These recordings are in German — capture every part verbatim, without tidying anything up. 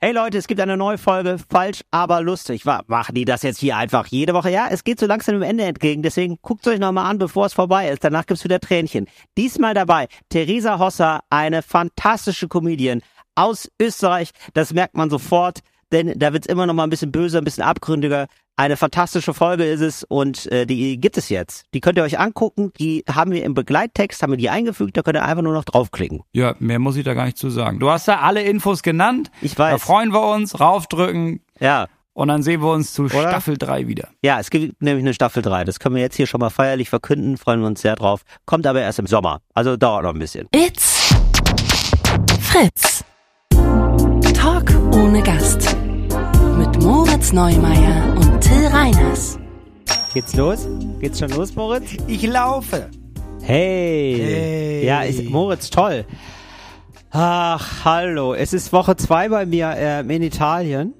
Hey Leute, es gibt eine neue Folge, falsch, aber lustig. Machen die das jetzt hier einfach jede Woche? Ja, es geht so langsam dem Ende entgegen, deswegen guckt euch nochmal an, bevor es vorbei ist. Danach gibt's wieder Tränchen. Diesmal dabei Theresa Hosser, eine fantastische Comedian aus Österreich. Das merkt man sofort, denn da wird's immer noch mal ein bisschen böser, ein bisschen abgründiger. Eine fantastische Folge ist es und äh, die gibt es jetzt. Die könnt ihr euch angucken, die haben wir im Begleittext, haben wir die eingefügt, da könnt ihr einfach nur noch draufklicken. Ja, mehr muss ich da gar nicht zu sagen. Du hast da alle Infos genannt. Ich weiß. Da freuen wir uns, raufdrücken. Ja. Und dann sehen wir uns zu Oder? Staffel drei wieder. Ja, es gibt nämlich eine Staffel drei. Das können wir jetzt hier schon mal feierlich verkünden, freuen wir uns sehr drauf. Kommt aber erst im Sommer, also dauert noch ein bisschen. It's Fritz. Talk ohne Gast. Mit Moritz Neumeier und Till Reiners. Geht's los? Geht's schon los, Moritz? Ich laufe. Hey. Hey. Ja, ist Moritz, toll. Ach, hallo. Es ist Woche zwei bei mir äh, in Italien.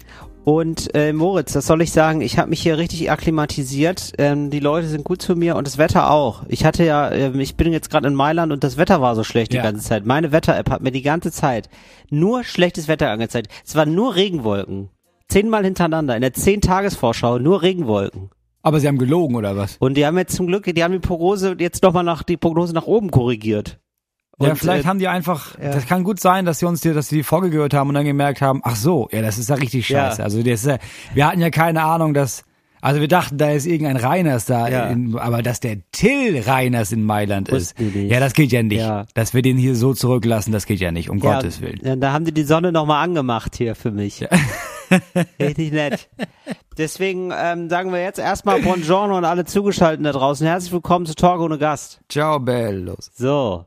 Und äh, Moritz, das soll ich sagen, ich habe mich hier richtig akklimatisiert. Ähm, die Leute sind gut zu mir und das Wetter auch. Ich hatte ja, äh, ich bin jetzt gerade in Mailand und das Wetter war so schlecht die Ja. ganze Zeit. Meine Wetter-App hat mir die ganze Zeit nur schlechtes Wetter angezeigt. Es waren nur Regenwolken. Zehnmal hintereinander, in der zehn-Tages-Vorschau nur Regenwolken. Aber sie haben gelogen, oder was? Und die haben jetzt zum Glück, die haben die Prognose jetzt nochmal nach, die Prognose nach oben korrigiert. Und, ja, vielleicht äh, haben die einfach, ja. das kann gut sein, dass sie uns die, dass sie die Folge gehört haben und dann gemerkt haben, ach so, ja, das ist ja richtig scheiße. Ja. Also das ist ja, wir hatten ja keine Ahnung, dass, also wir dachten, da ist irgendein Reiners da, Ja. in, aber dass der Till Reiners in Mailand ist, Wussten die nicht. ja, das geht ja nicht. Ja. Dass wir den hier so zurücklassen, das geht ja nicht, um ja, Gottes Willen. ja, da haben die die Sonne nochmal angemacht hier für mich. Ja. Richtig nett. Deswegen ähm, sagen wir jetzt erstmal Buongiorno und alle Zugeschalteten da draußen. Herzlich willkommen zu Talk ohne Gast. Ciao, Bellos. So.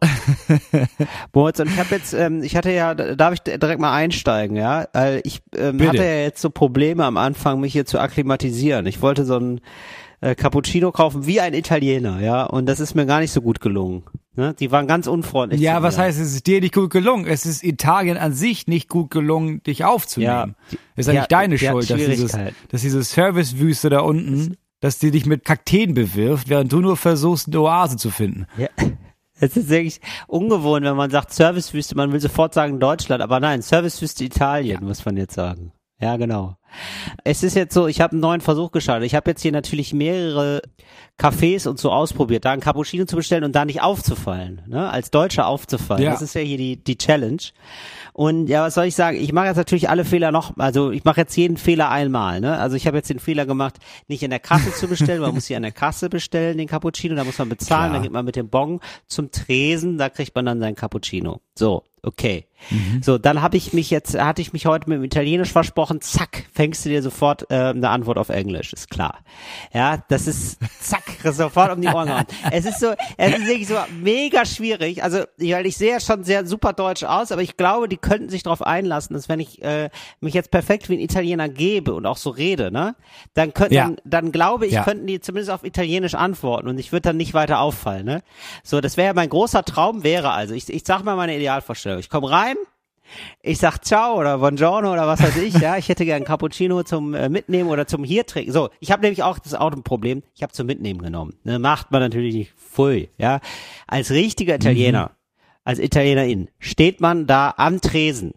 Moritz, und ich habe jetzt, ähm, ich hatte ja, darf ich direkt mal einsteigen, ja? Weil ich ähm, Bitte. hatte ja jetzt so Probleme am Anfang, mich hier zu akklimatisieren. Ich wollte so ein äh, Cappuccino kaufen wie ein Italiener, ja? Und das ist mir gar nicht so gut gelungen. Ne? Die waren ganz unfreundlich. Ja, zu was mir. heißt, es ist dir nicht gut gelungen? Es ist Italien an sich nicht gut gelungen, dich aufzunehmen. Ja. Ist eigentlich Ja, deine die hat Schuld, dass dieses, Schwierigkeiten. dass diese Servicewüste da unten, dass die dich mit Kakteen bewirft, während du nur versuchst, eine Oase zu finden. Ja. Es ist wirklich ungewohnt, wenn man sagt Servicewüste, man will sofort sagen Deutschland, aber nein, Servicewüste Italien, muss man jetzt sagen. Ja, genau. Es ist jetzt so, ich habe einen neuen Versuch gestartet. Ich habe jetzt hier natürlich mehrere Cafés und so ausprobiert, da einen Cappuccino zu bestellen und da nicht aufzufallen, ne? Als Deutscher aufzufallen. Ja. Das ist ja hier die die Challenge. Und ja, was soll ich sagen? Ich mache jetzt natürlich alle Fehler noch, also ich mache jetzt jeden Fehler einmal, ne? Also ich habe jetzt den Fehler gemacht, nicht in der Kasse zu bestellen, man muss hier an der Kasse bestellen, den Cappuccino, da muss man bezahlen, Klar. dann geht man mit dem Bon zum Tresen, da kriegt man dann seinen Cappuccino. So, okay. Mhm. So, dann habe ich mich jetzt, hatte ich mich heute mit dem Italienisch versprochen, zack, fängst du dir sofort äh, eine Antwort auf Englisch, ist klar. Ja, das ist, zack, sofort um die Ohren gehauen. Es ist so, es ist wirklich so mega schwierig, also, weil ich sehe ja schon sehr super deutsch aus, aber ich glaube, die könnten sich darauf einlassen, dass wenn ich äh, mich jetzt perfekt wie ein Italiener gebe und auch so rede, ne, dann könnten, Ja. dann, dann glaube ich, Ja. könnten die zumindest auf Italienisch antworten und ich würde dann nicht weiter auffallen, ne. So, das wäre mein großer Traum wäre also, ich, ich sag mal meine Idealvorstellung, ich komme rein, ich sag ciao oder buongiorno oder was weiß ich, ja, ich hätte gern Cappuccino zum äh, Mitnehmen oder zum hier trinken. So, ich habe nämlich auch das Autoproblem, ich habe zum Mitnehmen genommen. Ne, macht man natürlich nicht, pfui, ja. Als richtiger Italiener, mhm. als Italienerin, steht man da am Tresen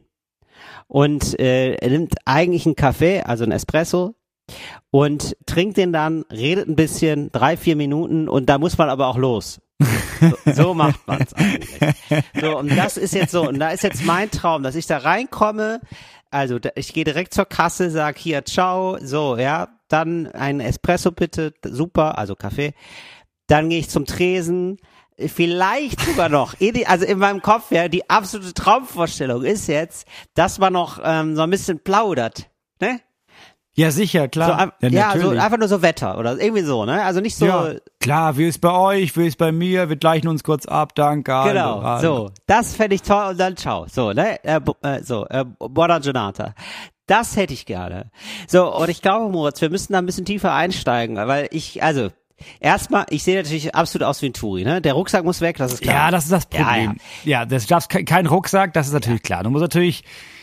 und äh, nimmt eigentlich einen Kaffee, also einen Espresso, und trinkt den dann, redet ein bisschen, drei, vier Minuten und da muss man aber auch los. So, so macht man's eigentlich. So, und das ist jetzt so, und da ist jetzt mein Traum, dass ich da reinkomme, also da, ich gehe direkt zur Kasse, sag hier, ciao, so, ja, dann ein Espresso bitte, super, also Kaffee, dann gehe ich zum Tresen, vielleicht sogar noch, also in meinem Kopf, ja, die absolute Traumvorstellung ist jetzt, dass man noch ähm, so ein bisschen plaudert, ne? Ja, sicher, klar. So, ja, ja, so einfach nur so Wetter oder irgendwie so, ne? Also nicht so. Ja, klar, wie ist bei euch, wie ist bei mir, wir gleichen uns kurz ab, danke. Genau, also, so. Das fände ich toll und dann ciao. So, ne? Äh, äh, so, äh, buona giornata. Das hätte ich gerne. So, und ich glaube, Moritz, wir müssen da ein bisschen tiefer einsteigen, weil ich, also, erstmal, ich sehe natürlich absolut aus wie ein Touri, ne? Der Rucksack muss weg, das ist klar. Ja, das ist das Problem. Ja, Ja, ja. ja das darf kein Rucksack, das ist natürlich ja. klar. Du musst natürlich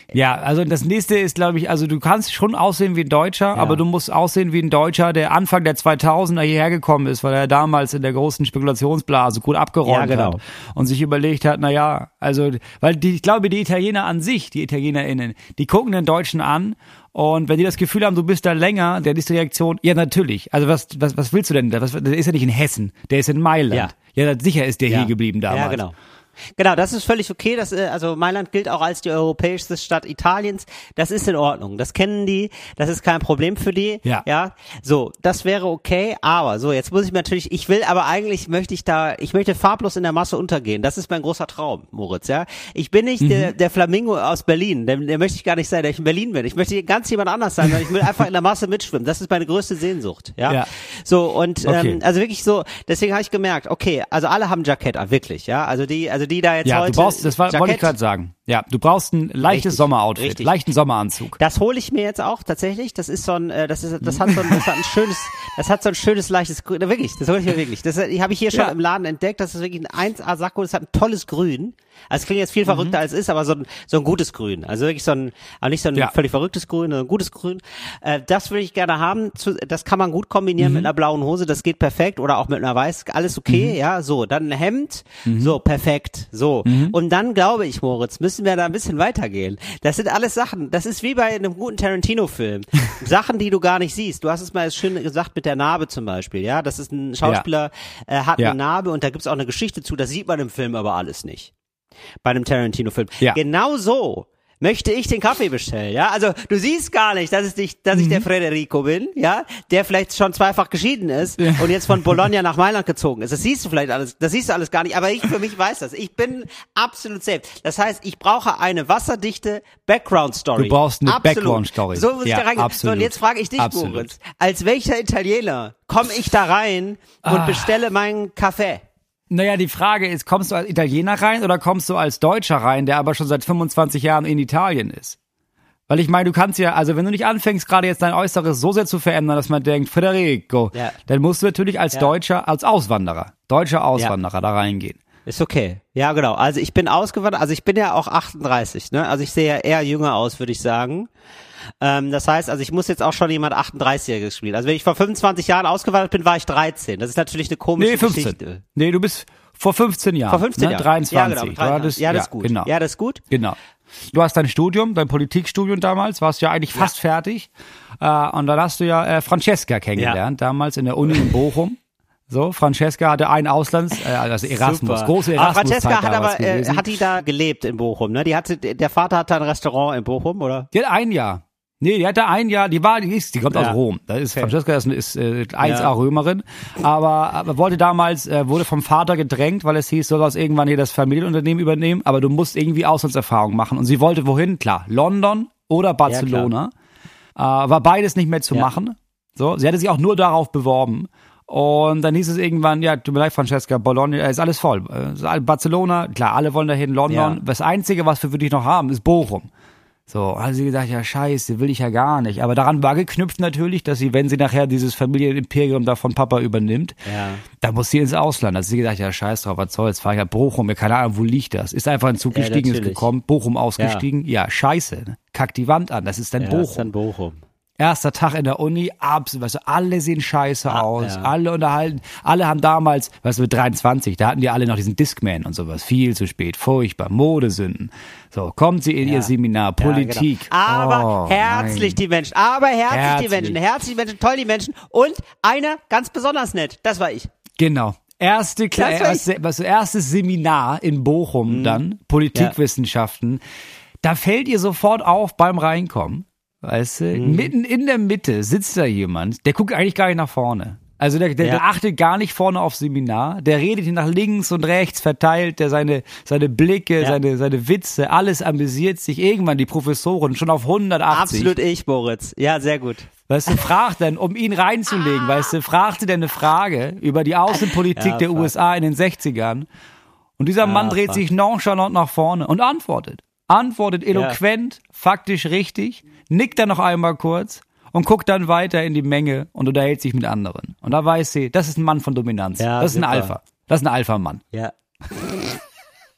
Ja, also das nächste ist, glaube ich, also du kannst schon aussehen wie ein Deutscher, ja. aber du musst aussehen wie ein Deutscher, der Anfang der zweitausender hierher gekommen ist, weil er damals in der großen Spekulationsblase gut abgeräumt ja, genau. hat und sich überlegt hat, na ja, also, weil die, ich glaube, die Italiener an sich, die ItalienerInnen, die gucken den Deutschen an und wenn die das Gefühl haben, du bist da länger, dann ist die Reaktion, ja natürlich, also was was was willst du denn da? Was, der ist ja nicht in Hessen, der ist in Mailand. Ja, ja sicher ist der ja. hier geblieben damals. Ja, genau. Genau, das ist völlig okay. Das, also Mailand gilt auch als die europäischste Stadt Italiens. Das ist in Ordnung. Das kennen die. Das ist kein Problem für die. Ja. Ja. So, das wäre okay. Aber so, jetzt muss ich natürlich. Ich will, aber eigentlich möchte ich da. Ich möchte farblos in der Masse untergehen. Das ist mein großer Traum, Moritz. Ja. Ich bin nicht mhm. der, der Flamingo aus Berlin. Der, der möchte ich gar nicht sein, der ich in Berlin bin. Ich möchte ganz jemand anders sein, weil ich will einfach in der Masse mitschwimmen. Das ist meine größte Sehnsucht. Ja. ja. So und okay. ähm, also wirklich so. Deswegen habe ich gemerkt. Okay, also alle haben Jackett an, wirklich. Ja. Also die, also die da jetzt ja, heute. Du brauchst, das war, wollte ich gerade sagen. Ja, du brauchst ein leichtes richtig, Sommeroutfit, richtig. leichten Sommeranzug. Das hole ich mir jetzt auch tatsächlich. Das ist so ein, äh, das ist, das hat so ein, das hat ein schönes, das hat so ein schönes leichtes Grün. Wirklich, das hole ich mir wirklich. Das habe ich hier schon ja. im Laden entdeckt. Das ist wirklich ein eins A Sakko. Das hat ein tolles Grün. Also es klingt jetzt viel verrückter mhm. als es ist, aber so ein so ein gutes Grün. Also wirklich so ein, aber nicht so ein ja. völlig verrücktes Grün, sondern ein gutes Grün. Äh, das würde ich gerne haben. Das kann man gut kombinieren mhm. mit einer blauen Hose. Das geht perfekt oder auch mit einer weiß. Alles okay, mhm. ja. So, dann ein Hemd. Mhm. So, perfekt. So. Mhm. Und dann glaube ich, Moritz, müssen wir da ein bisschen weitergehen. Das sind alles Sachen. Das ist wie bei einem guten Tarantino-Film. Sachen, die du gar nicht siehst. Du hast es mal schön gesagt mit der Narbe zum Beispiel, ja. Das ist ein Schauspieler, ja. äh, hat ja. eine Narbe und da gibt's auch eine Geschichte zu. Das sieht man im Film aber alles nicht. Bei einem Tarantino-Film. Ja. Genau so möchte ich den Kaffee bestellen, ja? Also, du siehst gar nicht, dass es nicht, dass ich der Federico bin, ja? Der vielleicht schon zweifach geschieden ist ja. und jetzt von Bologna nach Mailand gezogen ist. Das siehst du vielleicht alles, das siehst du alles gar nicht, aber ich für mich weiß das. Ich bin absolut safe. Das heißt, ich brauche eine wasserdichte Background-Story. Du brauchst eine Background-Story. So muss ich ja, da reingehen. absolut. So, und jetzt frage ich dich, absolut. Moritz, als welcher Italiener komme ich da rein und ah. bestelle meinen Kaffee? Naja, die Frage ist, kommst du als Italiener rein oder kommst du als Deutscher rein, der aber schon seit fünfundzwanzig Jahren in Italien ist? Weil ich meine, du kannst ja, also wenn du nicht anfängst, gerade jetzt dein Äußeres so sehr zu verändern, dass man denkt, Federico, ja. dann musst du natürlich als ja. Deutscher, als Auswanderer, deutscher Auswanderer ja. da reingehen. Ist okay. Ja, genau. Also ich bin ausgewandert, also ich bin ja auch achtunddreißig, ne? Also ich sehe ja eher jünger aus, würde ich sagen. Ähm, das heißt, also ich muss jetzt auch schon jemand achtunddreißigjähriges spielen. Also wenn ich vor fünfundzwanzig Jahren ausgewandert bin, war ich dreizehn. Das ist natürlich eine komische nee, fünfzehn. Geschichte. Nee, du bist vor fünfzehn Jahren. Vor fünfzehn ne? Jahren. dreiundzwanzig. Ja, genau. dreiundzwanzig. Ja, das ist gut. Genau. Ja, das ist gut. Genau. Du hast dein Studium, dein Politikstudium damals, warst ja eigentlich fast ja. fertig. Äh, und dann hast du ja äh, Francesca kennengelernt, ja. damals in der Uni in Bochum. So, Francesca hatte einen Auslands, äh, also Erasmus, Super. große Erasmus. Aber Francesca hat aber, äh, hat die da gelebt in Bochum, ne? Die hatte, der Vater hatte ein Restaurant in Bochum, oder? Die hat ein Jahr. Nee, die hatte ein Jahr, die war, die ist, die kommt ja. aus Rom. Da ist, okay. Francesca ist, ist äh, eins A Römerin, aber, aber wollte damals, äh, wurde vom Vater gedrängt, weil es hieß, soll aus irgendwann hier das Familienunternehmen übernehmen, aber du musst irgendwie Auslandserfahrung machen. Und sie wollte wohin? Klar, London oder Barcelona. Ja, äh, war beides nicht mehr zu ja. machen. So, sie hatte sich auch nur darauf beworben. Und dann hieß es irgendwann, ja, tut mir leid, Francesca, Bologna, ist alles voll. Äh, Barcelona, klar, alle wollen dahin, London. Ja. Das Einzige, was wir für dich noch haben, ist Bochum. So, hat sie gesagt, ja scheiße, will ich ja gar nicht. Aber daran war geknüpft natürlich, dass sie, wenn sie nachher dieses Familienimperium da von Papa übernimmt, ja. dann muss sie ins Ausland. Also sie gesagt, ja scheiß drauf, was soll, jetzt fahr ich ja Bochum, keine Ahnung, wo liegt das? Ist einfach ein Zug gestiegen, ja, ist gekommen, Bochum ausgestiegen, ja, ja scheiße, ne? Kack die Wand an, das ist dann ja, Bochum. Das ist dann Bochum. Erster Tag in der Uni, absolut, weißt du, alle sehen scheiße ah, aus, ja. alle unterhalten, alle haben damals, weißt du, mit dreiundzwanzig, da hatten die alle noch diesen Discman und sowas, viel zu spät, furchtbar, Modesünden. So, kommt sie in ja. ihr Seminar, Politik. Ja, genau. Aber oh, herzlich nein. die Menschen, aber herzlich, herzlich die Menschen, herzlich die Menschen, toll die Menschen und einer ganz besonders nett, das war ich. Genau. Erste, Kle- erste, was, erstes Seminar in Bochum mhm. dann, Politikwissenschaften, ja. da fällt ihr sofort auf beim Reinkommen. Weißt du, mhm. mitten in der Mitte sitzt da jemand, der guckt eigentlich gar nicht nach vorne. Also der, der, ja. der achtet gar nicht vorne aufs Seminar, der redet hier nach links und rechts verteilt, der seine seine Blicke, ja. seine seine Witze, alles amüsiert sich. Irgendwann die Professorin schon auf hundertachtzig. Absolut ich, Moritz. Ja, sehr gut. Weißt du, fragt dann, um ihn reinzulegen, ah. weißt du, fragte der eine Frage über die Außenpolitik ja, der fuck. U S A in den sechzigern. Und dieser Mann ah, dreht fuck. sich nonchalant nach vorne und antwortet. Antwortet eloquent, ja. faktisch richtig, nickt dann noch einmal kurz und guckt dann weiter in die Menge und unterhält sich mit anderen. Und da weiß sie, das ist ein Mann von Dominanz. Ja, das ist super. ein Alpha. Das ist ein Alpha-Mann. Ja.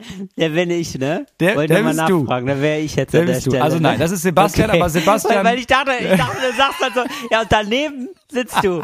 Der bin ich, ne? Der, Wollte der mal bist nachfragen, du. da wäre ich jetzt Der an der bist du. Stelle. Also nein, das ist Sebastian, okay. aber Sebastian... Weil, weil ich dachte, ich dachte, du sagst dann so, ja, und daneben sitzt du.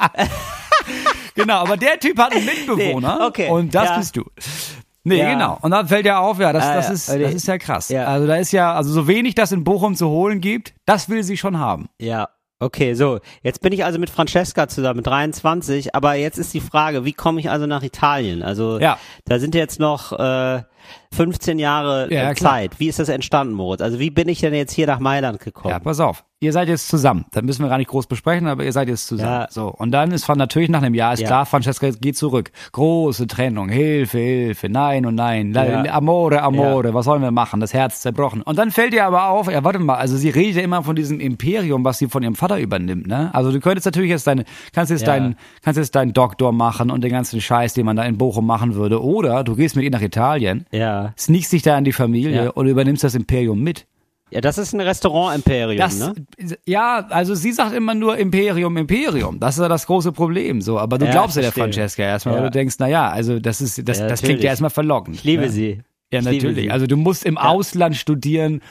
Genau, aber der Typ hat einen Mitbewohner nee, okay, und das ja. bist du. Nee, ja. genau. Und dann fällt ja auf, ja, das, ah, das, ja. ist, das ist ja krass. Ja. Also da ist ja, also so wenig das in Bochum zu holen gibt, das will sie schon haben. Ja. Okay, so, jetzt bin ich also mit Francesca zusammen, mit dreiundzwanzig, aber jetzt ist die Frage, wie komme ich also nach Italien? Also, ja. da sind jetzt noch äh, fünfzehn Jahre ja, äh, Zeit. Wie ist das entstanden, Moritz? Also, wie bin ich denn jetzt hier nach Mailand gekommen? Ja, pass auf. Ihr seid jetzt zusammen. Das müssen wir gar nicht groß besprechen, aber ihr seid jetzt zusammen. Ja. So. Und dann ist von natürlich nach einem Jahr ist ja. klar, Francesca geht zurück. Große Trennung. Hilfe, Hilfe. Nein und nein. Ja. Amore, Amore. Ja. Was sollen wir machen? Das Herz zerbrochen. Und dann fällt ihr aber auf, ja, warte mal, also sie redet ja immer von diesem Imperium, was sie von ihrem Vater übernimmt, ne? Also du könntest natürlich jetzt deine, kannst jetzt ja. deinen, kannst jetzt deinen Doktor machen und den ganzen Scheiß, den man da in Bochum machen würde. Oder du gehst mit ihr nach Italien, ja. sneakst dich da an die Familie ja. und übernimmst das Imperium mit. Ja, das ist ein Restaurant-Imperium, das, ne? Ja, also sie sagt immer nur Imperium, Imperium. Das ist ja das große Problem, so. Aber du ja, glaubst ja der Francesca erstmal, ja. weil du denkst, na ja, also das ist, das, ja, das klingt ja erstmal verlockend. Ich liebe ne? sie. Ja, ich natürlich. Also du musst im ja. Ausland studieren,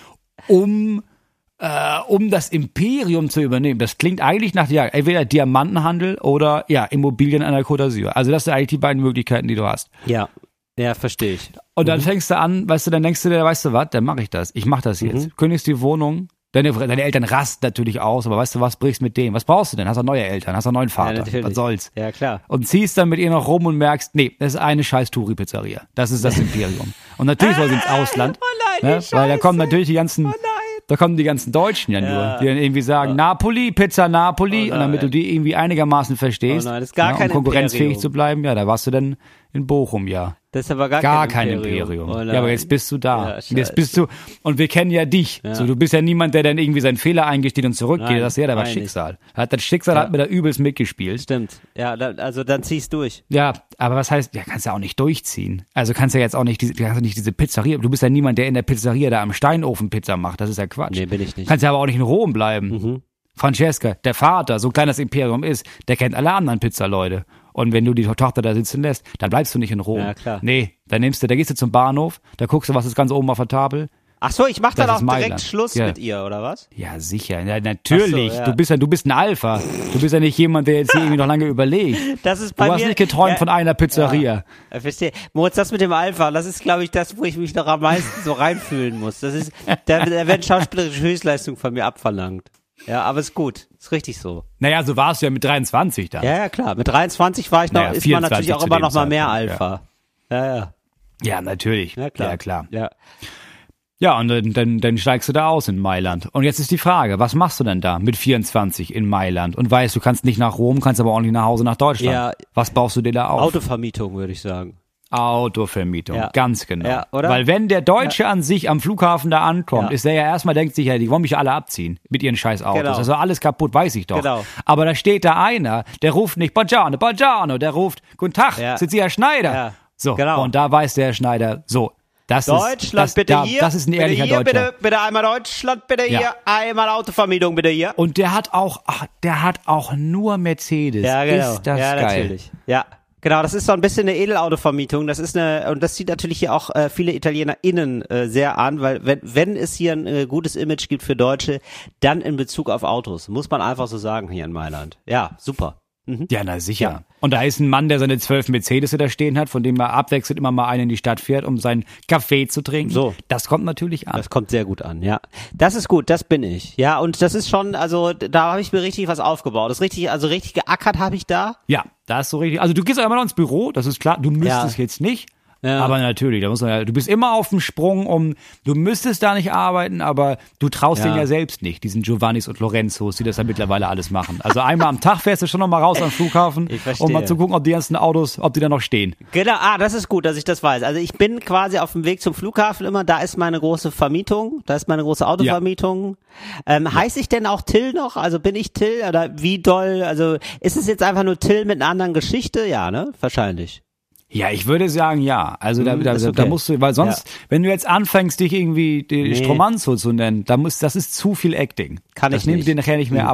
um, äh, um das Imperium zu übernehmen. Das klingt eigentlich nach, ja, entweder Diamantenhandel oder, ja, Immobilien an der Côte d'Azur. Also das sind eigentlich die beiden Möglichkeiten, die du hast. Ja. Ja, verstehe ich. Und dann mhm. fängst du an, weißt du, dann denkst du dir, weißt du was, dann mache ich das. Ich mache das jetzt. Mhm. Kündigst die Wohnung, deine, deine Eltern rasten natürlich aus, aber weißt du was, brichst mit denen. Was brauchst du denn? Hast du neue Eltern, hast du einen neuen Vater. Ja, was soll's? Ja, klar. Und ziehst dann mit ihr noch rum und merkst, nee, das ist eine scheiß Touri-Pizzeria. Das ist das Imperium. Und natürlich soll sie ins Ausland. Oh nein, ne? Weil da kommen natürlich die ganzen... Oh nein. Da kommen die ganzen Deutschen ja, ja. nur, die dann irgendwie sagen, oh. Napoli, Pizza Napoli, oh und damit du die irgendwie einigermaßen verstehst, oh nein, das ist gar ja, kein um konkurrenzfähig Imperium. zu bleiben, ja, da warst du dann in Bochum, ja. Das ist aber gar, gar kein, kein Imperium. Imperium. Oh ja, aber jetzt bist du da. Ja, jetzt bist du, und wir kennen ja dich. Ja. So, du bist ja niemand, der dann irgendwie seinen Fehler eingesteht und zurückgeht. Nein, das ist ja, da war nein, Schicksal. Hat das Schicksal ja. hat mir da übelst mitgespielt. Stimmt. Ja, da, also dann ziehst durch. Ja, aber was heißt, ja, kannst ja auch nicht durchziehen. Also kannst ja jetzt auch nicht diese, kannst ja nicht diese Pizzeria, du bist ja niemand, der in der Pizzeria da am Steinofen Pizza macht. Das ist ja Quatsch. Nee, bin ich nicht. Kannst ja aber auch nicht in Rom bleiben. Mhm. Francesca, der Vater, so klein das Imperium ist, der kennt alle anderen Pizzaleute. Und wenn du die Tochter da sitzen lässt, dann bleibst du nicht in Rom. Ja, klar. Nee, dann nimmst du, da gehst du zum Bahnhof, da guckst du, was ist ganz oben auf der Tafel. Ach so, ich mach dann Das auch ist direkt Mailand. Schluss Ja. mit ihr, oder was? Ja, sicher. Ja, natürlich. Ach so, ja. Du bist ja, du bist ein Alpha. Du bist ja nicht jemand, der jetzt hier irgendwie noch lange überlegt. Das ist bei du mir, hast nicht geträumt ja, von einer Pizzeria. Ja, verstehe. Moritz, das mit dem Alpha, das ist, glaube ich, das, wo ich mich noch am meisten so reinfühlen muss. Das ist, da, da werden schauspielerische Höchstleistungen von mir abverlangt. Ja, aber ist gut. Ist richtig so. Naja, so warst du ja mit dreiundzwanzig da. Ja, ja, klar. Mit dreiundzwanzig war ich noch, Naja, ist man natürlich auch zu immer dem noch mal mehr Zeitpunkt, Alpha. Ja, ja. Ja, Ja, natürlich. ja klar. Ja, klar. Ja. Ja, und dann, dann, dann steigst du da aus in Mailand. Und jetzt ist die Frage, was machst du denn da mit vierundzwanzig in Mailand? Und weißt, du kannst nicht nach Rom, kannst aber auch nicht nach Hause nach Deutschland. Ja. Was baust du dir da auf? Autovermietung, würde ich sagen. Autovermietung, Ja. ganz genau. Ja, oder? Weil wenn der Deutsche an sich am Flughafen da ankommt, Ja. ist der ja erstmal, denkt sich ja, die wollen mich alle abziehen mit ihren scheiß Autos. Genau. Also alles kaputt, weiß ich doch. Genau. Aber da steht da einer, der ruft nicht Buongiorno, Buongiorno, der ruft Guten Tag, Ja. sind Sie Herr Schneider? Ja. So, Genau. und da weiß der Herr Schneider, so, das Deutschland, ist, das, bitte da, hier. das ist ein ehrlicher bitte hier, Deutscher. Bitte, bitte einmal Deutschland, bitte Ja. hier. Einmal Autovermietung, bitte hier. Und der hat auch, ach, der hat auch nur Mercedes. Ja, genau. Ist das ja, geil. natürlich. Ja. Genau, das ist so ein bisschen eine Edelautovermietung. Das ist eine, und das zieht natürlich hier auch äh, viele ItalienerInnen äh, sehr an, weil wenn, wenn es hier ein äh, gutes Image gibt für Deutsche, dann in Bezug auf Autos. Muss man einfach so sagen hier in Mailand. Ja, super. Mhm. Ja, na sicher. Ja. Und da ist ein Mann, der seine zwölf Mercedes da stehen hat, von dem er abwechselnd immer mal einen in die Stadt fährt, um seinen Kaffee zu trinken. So. Das kommt natürlich an. Das kommt sehr gut an, ja. Das ist gut, das bin ich. Ja, und das ist schon, also da habe ich mir richtig was aufgebaut. Das ist richtig, also richtig geackert habe ich da. Ja, da ist so richtig. Also du gehst einmal noch ins Büro, das ist klar. Du müsstest Ja. jetzt nicht. Ja. Aber natürlich, da muss man ja, du bist immer auf dem Sprung, um, du müsstest da nicht arbeiten, aber du traust Ja. denen ja selbst nicht, diesen Giovannis und Lorenzos, die das ja mittlerweile alles machen. Also einmal am Tag fährst du schon noch mal raus am Flughafen, Ich verstehe. um mal zu gucken, ob die ganzen Autos, ob die da noch stehen. Genau, ah, das ist gut, dass ich das weiß. Also ich bin quasi auf dem Weg zum Flughafen immer, da ist meine große Vermietung, da ist meine große Autovermietung. Ähm, heiße ich denn auch Till noch? Also bin ich Till oder wie doll? Also ist es jetzt einfach nur Till mit einer anderen Geschichte? Ja, ne? Wahrscheinlich. Ja, ich würde sagen, ja. Also da, Mhm, da, ist okay. da musst du, weil sonst, Ja. wenn du jetzt anfängst, dich irgendwie die Nee. Stromanzo zu nennen, da muss, das ist zu viel Acting. Kann das ich nimmt nicht. dir nachher nicht mehr Mhm. ab.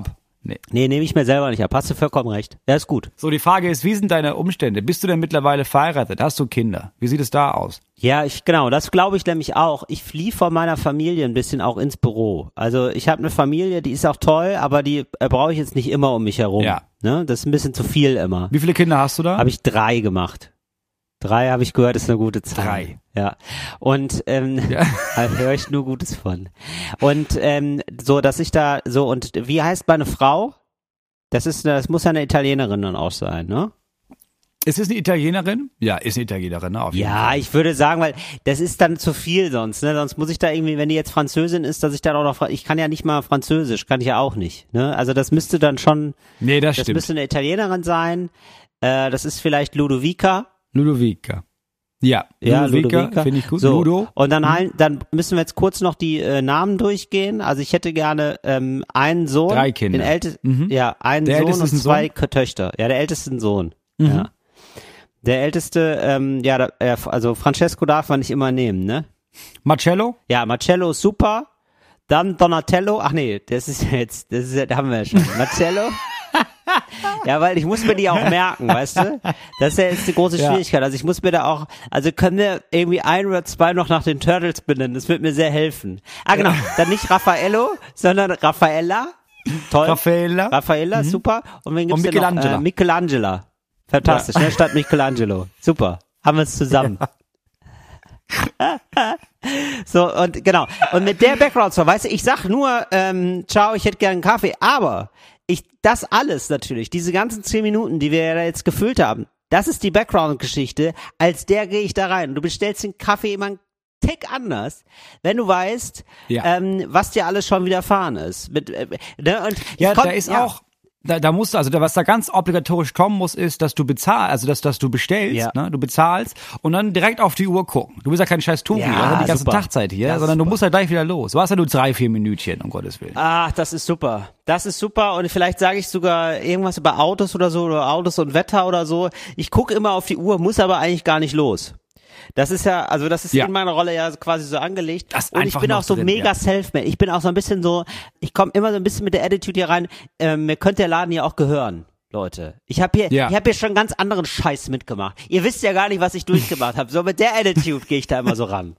Nee. Nee, nehme ich mir selber nicht ab. Hast du vollkommen recht. Ja, ist gut. So, die Frage ist, wie sind deine Umstände? Bist du denn mittlerweile verheiratet? Hast du Kinder? Wie sieht es da aus? Ja, ich genau, das glaube ich nämlich auch. Ich fliehe von meiner Familie ein bisschen auch ins Büro. Also ich habe eine Familie, die ist auch toll, aber die äh, brauche ich jetzt nicht immer um mich herum. Ja. Ne? Das ist ein bisschen zu viel immer. Wie viele Kinder hast du da? Habe ich drei gemacht. Drei habe ich gehört, ist eine gute Zahl. Drei. Ja. Und ähm, Ja. da höre ich nur Gutes von. Und ähm, so, dass ich da so, und wie heißt meine Frau? Das ist, das muss ja eine Italienerin dann auch sein, ne? Ist es eine Italienerin? Ja, ist eine Italienerin, ne? Auf jeden Ja, Fall. ich würde sagen, weil das ist dann zu viel sonst, ne? Sonst muss ich da irgendwie, wenn die jetzt Französin ist, dass ich dann auch noch, ich kann ja nicht mal Französisch, kann ich ja auch nicht, ne? Also das müsste dann schon, Nee, das, das stimmt. müsste eine Italienerin sein. Äh, das ist vielleicht Ludovica. Ludovica. Ja, Ja, Ludovica, Ludovica. finde ich gut. So, Ludo. und dann, halt, dann müssen wir jetzt kurz noch die äh, Namen durchgehen. Also ich hätte gerne ähm, einen Sohn. Drei Kinder. Den ältesten, Mhm. ja, einen Der Sohn älteste und ist ein zwei Sohn? Töchter. Ja, der älteste ist ein Sohn. Mhm. Ja. Der älteste, ähm, ja, da, äh, also Francesco darf man nicht immer nehmen, ne? Marcello? Ja, Marcello ist super. Dann Donatello. Ach nee, das ist ja jetzt, das ist ja, da haben wir ja schon. Marcello. Ja, weil ich muss mir die auch merken, weißt du? Das ist ja jetzt die große Ja. Schwierigkeit. Also ich muss mir da auch, also können wir irgendwie ein oder zwei noch nach den Turtles benennen. Das wird mir sehr helfen. Ah, genau. Dann nicht Raffaello, sondern Raffaella. Toll. Raffaella. Raffaella, super. Und wen gibt's Und denn noch? Michelangelo. Äh, Michelangelo. Fantastisch, ne? Statt Michelangelo. Super. Haben wir es zusammen. So, und genau. Und mit der Background-Story, weißt du, ich sag nur, ähm, ciao, ich hätte gern einen Kaffee, aber ich, das alles natürlich, diese ganzen zehn Minuten, die wir ja jetzt gefüllt haben, das ist die Background-Geschichte, als der gehe ich da rein. Du bestellst den Kaffee immer einen Tick anders, wenn du weißt, Ja. ähm, was dir alles schon widerfahren ist. Mit, äh, ne? Und Ja, ich komm, da ist ja. auch, da, da musst du, also da, was da ganz obligatorisch kommen muss, ist, dass du bezahlst, also dass, dass du bestellst, Ja. ne, du bezahlst und dann direkt auf die Uhr gucken. Du bist ja kein scheiß Touri, Ja, du hast die ganze super. Tagzeit hier, Das ist sondern du super. musst ja gleich wieder los. Du hast ja nur drei, vier Minütchen, um Gottes Willen. Ach, das ist super. Das ist super und vielleicht sage ich sogar irgendwas über Autos oder so oder Autos und Wetter oder so. Ich gucke immer auf die Uhr, muss aber eigentlich gar nicht los. Das ist ja, also das ist Ja. in meiner Rolle ja quasi so angelegt. Das ist und ich einfach bin noch auch so drin, mega ja. self-made. Ich bin auch so ein bisschen so, ich komme immer so ein bisschen mit der Attitude hier rein, ähm, mir könnte der Laden ja auch gehören. Leute, ich habe hier, Ja. ich habe hier schon ganz anderen Scheiß mitgemacht. Ihr wisst ja gar nicht, was ich durchgemacht habe. So mit der Attitude gehe ich da immer so ran.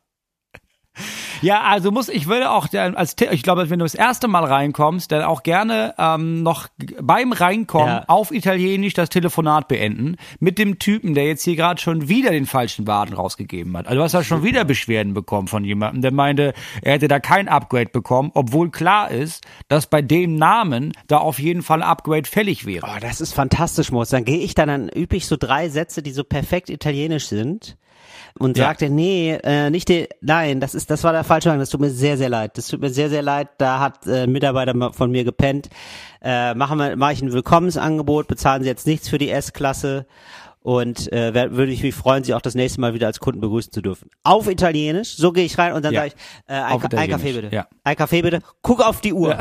Ja, also muss, ich würde auch, äh, als Tipp, ich glaube, wenn du das erste Mal reinkommst, dann auch gerne ähm, noch g- beim Reinkommen Ja. auf Italienisch das Telefonat beenden mit dem Typen, der jetzt hier gerade schon wieder den falschen Waden rausgegeben hat. Also du hast ja schon wieder Beschwerden bekommen von jemandem, der meinte, er hätte da kein Upgrade bekommen, obwohl klar ist, dass bei dem Namen da auf jeden Fall ein Upgrade fällig wäre. Oh, das ist fantastisch, Moritz. Dann gehe ich dann, dann übe ich so drei Sätze, die so perfekt italienisch sind und Ja. sagte, nee, äh, nicht den, nein, das ist, das war der falsche Wagen, das tut mir sehr, sehr leid. Das tut mir sehr, sehr leid, da hat äh, ein Mitarbeiter ma- von mir gepennt. Äh, machen wir, mache ich ein Willkommensangebot, bezahlen Sie jetzt nichts für die S-Klasse und äh, wer- würde ich mich freuen, Sie auch das nächste Mal wieder als Kunden begrüßen zu dürfen. Auf Italienisch, so gehe ich rein und dann Ja. sage ich, äh, ein, Auf Ka- ein Italienisch, Kaffee bitte. ja. Ein Kaffee bitte. Guck auf die Uhr.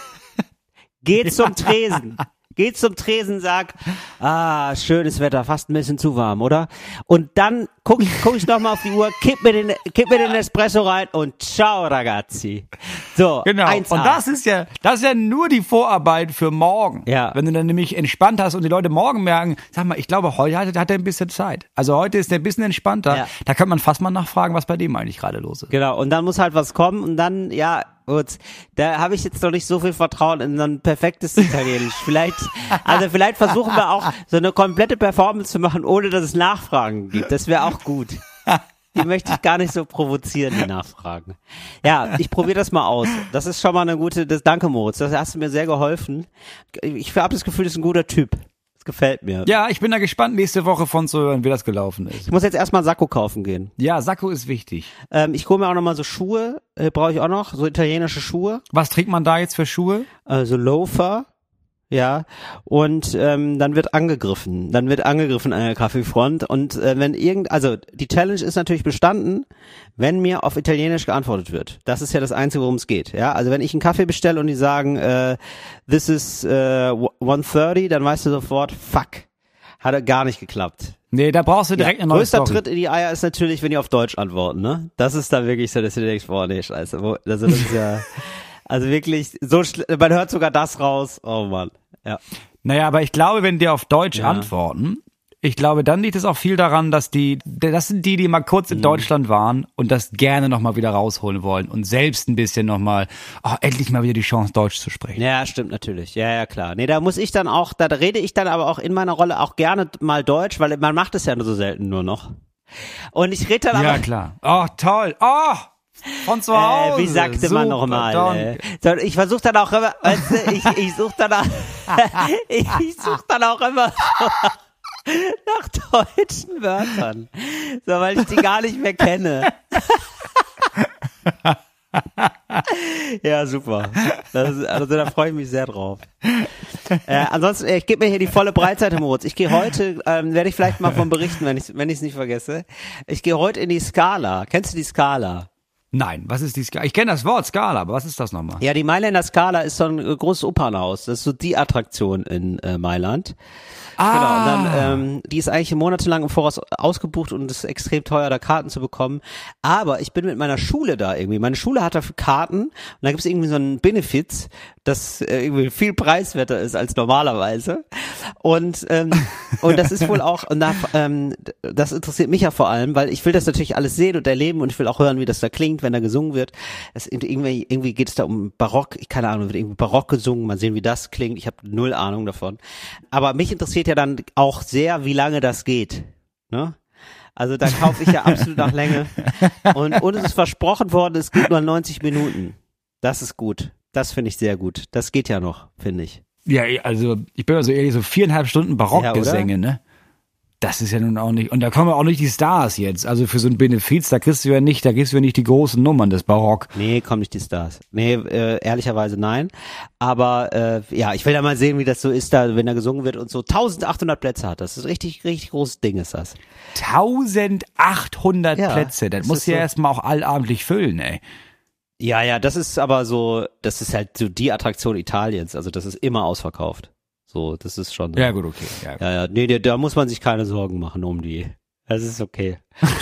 Geh zum Tresen. Geh zum Tresen, sag, ah, schönes Wetter, fast ein bisschen zu warm, oder? Und dann guck ich, guck ich nochmal auf die Uhr, kipp mir den, kipp mir den Espresso rein und ciao, ragazzi. So, Genau. eins A. Und das ist ja, das ist ja nur die Vorarbeit für morgen. Ja. Wenn du dann nämlich entspannt hast und die Leute morgen merken, sag mal, ich glaube, heute hat, hat er ein bisschen Zeit. Also heute ist er ein bisschen entspannter. Ja. Da kann man fast mal nachfragen, was bei dem eigentlich gerade los ist. Genau, und dann muss halt was kommen und dann, ja, gut, da habe ich jetzt noch nicht so viel Vertrauen in so ein perfektes Italienisch. Vielleicht, also vielleicht versuchen wir auch so eine komplette Performance zu machen, ohne dass es Nachfragen gibt. Das wäre auch gut. Die möchte ich gar nicht so provozieren, die Nachfragen. Ja, ich probiere das mal aus. Das ist schon mal eine gute, das, danke Moritz, das hast du mir sehr geholfen. Ich habe das Gefühl, das ist ein guter Typ. Das gefällt mir. Ja, ich bin da gespannt, nächste Woche von zu hören, wie das gelaufen ist. Ich muss jetzt erstmal einen Sakko kaufen gehen. Ja, Sakko ist wichtig. Ähm, ich hole mir auch noch mal so Schuhe, äh, brauche ich auch noch, so italienische Schuhe. Was trägt man da jetzt für Schuhe? Also Loafer, ja, und ähm, dann wird angegriffen, dann wird angegriffen an der Kaffeefront und äh, wenn irgend, also die Challenge ist natürlich bestanden, wenn mir auf Italienisch geantwortet wird. Das ist ja das Einzige, worum es geht, ja. Also wenn ich einen Kaffee bestelle und die sagen, äh, this is äh, one thirty, dann weißt du sofort, fuck, hat er gar nicht geklappt. Nee, da brauchst du direkt Ja, eine neue größter Story. Tritt in die Eier ist natürlich, wenn die auf Deutsch antworten, ne? Das ist dann wirklich so, dass du denkst, boah, nee, scheiße, wo, also das ist ja, Also wirklich, so schl- man hört sogar das raus. Oh Mann, ja. Naja, aber ich glaube, wenn die auf Deutsch Ja. antworten, ich glaube, dann liegt es auch viel daran, dass die, das sind die, die mal kurz in Deutschland waren und das gerne nochmal wieder rausholen wollen und selbst ein bisschen nochmal, oh, endlich mal wieder die Chance, Deutsch zu sprechen. Ja, stimmt natürlich. Ja, ja, klar. Nee, da muss ich dann auch, da rede ich dann aber auch in meiner Rolle auch gerne mal Deutsch, weil man macht es ja nur so selten nur noch. Und ich rede dann Ja, aber... klar. Oh, toll. Oh, von zu Hause. Äh, wie sagte Super, man nochmal? danke. Äh, so, ich versuche dann auch immer, weißt du, ich, ich suche dann auch, ich, ich suche dann auch immer nach deutschen Wörtern, so, weil ich die gar nicht mehr kenne. Ja, super. Das ist, also da freue ich mich sehr drauf. Äh, ansonsten, ich gebe mir hier die volle Breitseite, Moritz. Ich gehe heute, ähm, werde ich vielleicht mal von berichten, wenn ich wenn ich es nicht vergesse. Ich gehe heute in die Scala. Kennst du die Scala? Nein, was ist die Skala? Ich kenne das Wort Skala, aber was ist das nochmal? Ja, die Mailänder Scala ist so ein äh, großes Opernhaus. Das ist so die Attraktion in äh, Mailand. Ah. Genau, und dann, ähm, die ist eigentlich monatelang im Voraus ausgebucht und es ist extrem teuer, da Karten zu bekommen. Aber ich bin mit meiner Schule da irgendwie. Meine Schule hat dafür Karten und da gibt es irgendwie so einen Benefits, das äh, irgendwie viel preiswerter ist als normalerweise. Und ähm, und das ist wohl auch, und da, ähm, das interessiert mich ja vor allem, weil ich will das natürlich alles sehen und erleben und ich will auch hören, wie das da klingt, wenn da gesungen wird. Es, irgendwie irgendwie geht es da um Barock, ich keine Ahnung, wird irgendwie Barock gesungen, mal sehen, wie das klingt. Ich habe null Ahnung davon. Aber mich interessiert ja dann auch sehr, wie lange das geht. Ne? Also da kaufe ich ja absolut nach Länge. Und, und es ist versprochen worden, es geht nur neunzig Minuten. Das ist gut. Das finde ich sehr gut. Das geht ja noch, finde ich. Ja, also ich bin mal so ehrlich, so viereinhalb Stunden Barockgesänge, Ja, ne? Das ist ja nun auch nicht, und da kommen auch nicht die Stars jetzt. Also für so ein Benefiz, da kriegst du ja nicht, da kriegst du ja nicht die großen Nummern des Barock. Nee, kommen nicht die Stars. Nee, äh, ehrlicherweise nein. Aber äh, ja, ich will ja mal sehen, wie das so ist, da, wenn da gesungen wird und so eintausendachthundert Plätze hat. Das ist richtig, richtig großes Ding ist das. eintausendachthundert Ja, Plätze, das das musst ist du ja so- erstmal auch allabendlich füllen, ey. Ja, ja, das ist aber so, das ist halt so die Attraktion Italiens. Also das ist immer ausverkauft. So, das ist schon. Ja, gut, okay. Ja, gut. Ja, ja, nee, da, da muss man sich keine Sorgen machen um die. Das ist okay.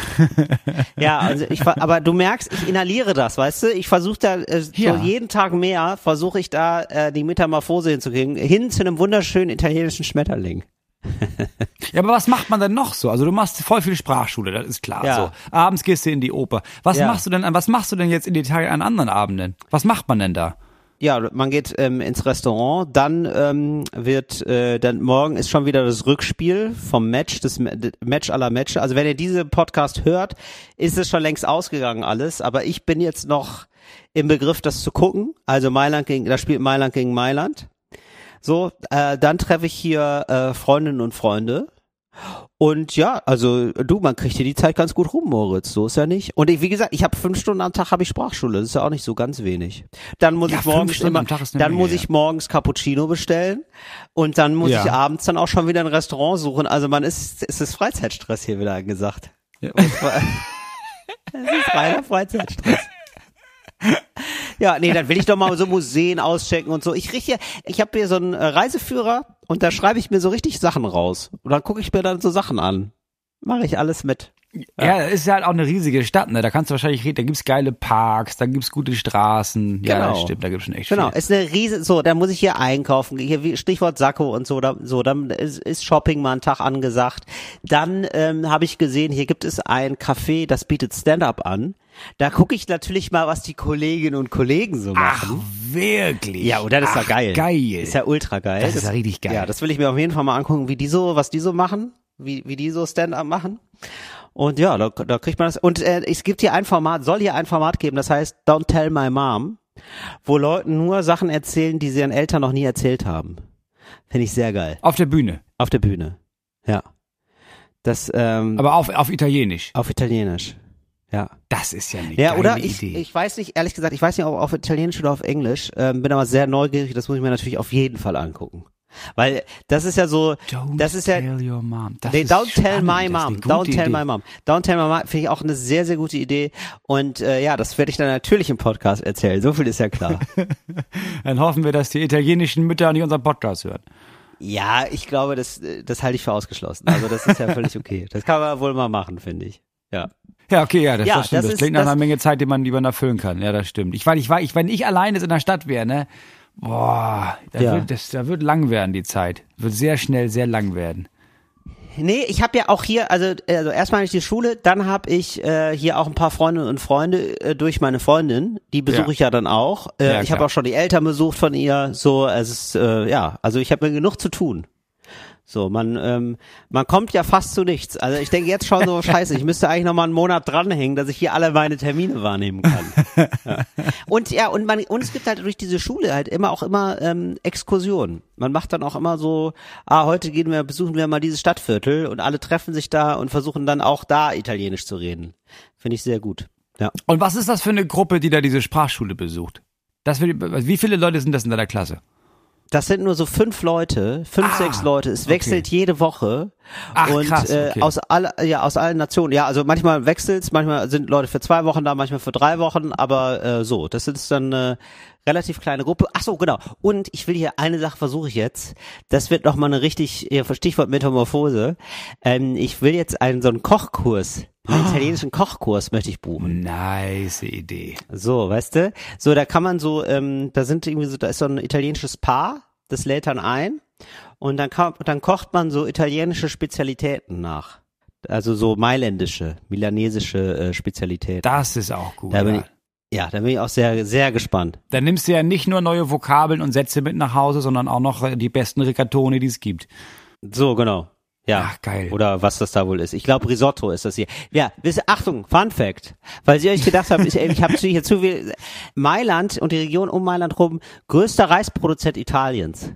Ja, also ich, ver- aber du merkst, ich inhaliere das, weißt du? Ich versuche da äh, Ja. so jeden Tag mehr, versuche ich da äh, die Metamorphose hinzukriegen, hin zu einem wunderschönen italienischen Schmetterling. Ja, aber was macht man denn noch so? Also du machst voll viel Sprachschule, das ist klar. Ja. So, abends gehst du in die Oper. Was Ja. machst du denn, was machst du denn jetzt in Italien an anderen Abenden? Was macht man denn da? Ja, man geht ähm, ins Restaurant, dann ähm, wird, äh, dann morgen ist schon wieder das Rückspiel vom Match, das Ma- das Match aller Matches. Also wenn ihr diese Podcast hört, ist es schon längst ausgegangen alles, aber ich bin jetzt noch im Begriff, das zu gucken. Also Mailand gegen, da spielt Mailand gegen Mailand. So, äh, dann treffe ich hier äh, Freundinnen und Freunde. Und ja, also du, man kriegt hier die Zeit ganz gut rum, Moritz, so ist ja nicht. Und ich, wie gesagt, ich habe fünf Stunden am Tag habe ich Sprachschule, das ist ja auch nicht so ganz wenig. Dann muss Ja, ich fünf morgens Stunden immer, am Tag ist eine dann Menge, muss ich morgens Cappuccino bestellen und dann muss Ja. ich abends dann auch schon wieder ein Restaurant suchen. Also man ist, es ist Freizeitstress hier wieder angesagt. Ja. Es ist reiner Freizeitstress. Ja, nee, dann will ich doch mal so Museen auschecken und so. Ich richte hier, ich habe hier so einen äh, Reiseführer und da schreibe ich mir so richtig Sachen raus. Und dann gucke ich mir dann so Sachen an. Mache ich alles mit. Ja, das ist ja halt auch eine riesige Stadt, ne? Da kannst du wahrscheinlich reden, da gibt's geile Parks, da gibt's gute Straßen. Ja, Genau. das stimmt, da gibt's schon echt Genau, viel. ist eine riesen, so, da muss ich hier einkaufen, hier wie Stichwort Sakko und so, da, so, dann ist, ist Shopping mal einen Tag angesagt. Dann ähm, habe ich gesehen, hier gibt es ein Café, das bietet Stand-up an. Da gucke ich natürlich mal, was die Kolleginnen und Kollegen so Ach, machen. wirklich? Ja, oder? Das ist ja Ach, geil. geil. Ist ja ultra geil. Das ist ja richtig geil. Ja, das will ich mir auf jeden Fall mal angucken, wie die so, was die so machen, wie, wie die so Stand-up machen. Und ja, da, da kriegt man das. Und äh, es gibt hier ein Format, soll hier ein Format geben, das heißt Don't Tell My Mom, wo Leute nur Sachen erzählen, die sie ihren Eltern noch nie erzählt haben. Finde ich sehr geil. Auf der Bühne. Auf der Bühne. Ja. Das, ähm, Aber auf, auf Italienisch. auf Italienisch. Ja. Das ist ja eine Ja, geile oder? Ich, Idee. ich weiß nicht, ehrlich gesagt, ich weiß nicht, ob auf Italienisch oder auf Englisch, ähm, bin aber sehr neugierig, das muss ich mir natürlich auf jeden Fall angucken. Weil das ist ja so, Don't das ist ja, tell your mom. Das nee, ist don't tell spannend, my das ist mom, eine gute don't tell Idee. my mom, don't tell my mom, finde ich auch eine sehr, sehr gute Idee und äh, ja, das werde ich dann natürlich im Podcast erzählen, so viel ist ja klar. Dann hoffen wir, dass die italienischen Mütter nicht unseren Podcast hören. Ja, ich glaube, das, das halte ich für ausgeschlossen, also das ist ja völlig okay, das kann man wohl mal machen, finde ich. Ja. Ja, okay, ja, das, ja, das stimmt. Das, das klingt ist, nach einer Menge Zeit, die man, die man erfüllen kann. Ja, das stimmt. Ich war, ich war, ich, wenn ich alleine in der Stadt wäre, ne, boah, da ja. wird, das, da wird lang werden, die Zeit. Wird sehr schnell, sehr lang werden. Nee, ich habe ja auch hier, also, also erstmal nicht die Schule, dann habe ich äh, hier auch ein paar Freundinnen und Freunde äh, durch meine Freundin, die besuche ja. ich ja dann auch. Äh, ja, ich habe auch schon die Eltern besucht von ihr, so, es ist, äh, ja, also ich habe mir genug zu tun. So, man, ähm, man kommt ja fast zu nichts. Also ich denke jetzt schon so, scheiße, ich müsste eigentlich noch mal einen Monat dranhängen, dass ich hier alle meine Termine wahrnehmen kann. Ja. Und ja, und man, und es gibt halt durch diese Schule halt immer auch immer ähm, Exkursionen. Man macht dann auch immer so, ah, heute gehen wir, besuchen wir mal dieses Stadtviertel und alle treffen sich da und versuchen dann auch da Italienisch zu reden. Finde ich sehr gut. Ja. Und was ist das für eine Gruppe, die da diese Sprachschule besucht? Das will, wie viele Leute sind das in deiner Klasse? Das sind nur so fünf Leute, fünf, ah, sechs Leute. Es wechselt okay. jede Woche. Ach, und krass, okay. äh, aus alle, ja, aus allen Nationen. Ja, also manchmal wechselt's, manchmal sind Leute für zwei Wochen da, manchmal für drei Wochen, aber äh, so, das ist dann eine relativ kleine Gruppe. Ach so, genau. Und ich will hier eine Sache versuche ich jetzt. Das wird noch mal eine richtig, ja, Stichwort Metamorphose. Ähm, ich will jetzt einen so einen Kochkurs. Einen oh. italienischen Kochkurs möchte ich buchen. Nice Idee. So, weißt du? So, da kann man so, ähm, da sind irgendwie so, da ist so ein italienisches Paar, das lädt dann ein und dann kann, dann kocht man so italienische Spezialitäten nach. Also so mailändische, milanesische äh, Spezialitäten. Das ist auch gut. Da bin ja. ich, ja, da bin ich auch sehr, sehr gespannt. Dann nimmst du ja nicht nur neue Vokabeln und Sätze mit nach Hause, sondern auch noch die besten Rigatoni, die es gibt. So, genau. Ja, ach, geil. Oder was das da wohl ist. Ich glaube, Risotto ist das hier. Ja, wisst, Achtung, Fun Fact. Weil ihr euch gedacht habt, ich, ich habe hier zu viel. Mailand und die Region um Mailand rum, größter Reisproduzent Italiens.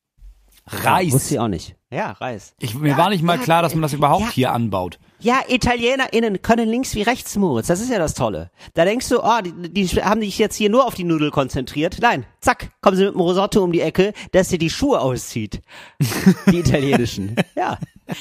Reis? Ja, wusste ich auch nicht. Ja, Reis. Ich, mir ja, war nicht mal ja, klar, dass man das überhaupt ja, hier anbaut. Ja, ItalienerInnen können links wie rechts, Moritz. Das ist ja das Tolle. Da denkst du, oh, die, die haben sich jetzt hier nur auf die Nudel konzentriert. Nein, zack, kommen sie mit dem Risotto um die Ecke, dass dir die Schuhe auszieht. Die italienischen. Ja.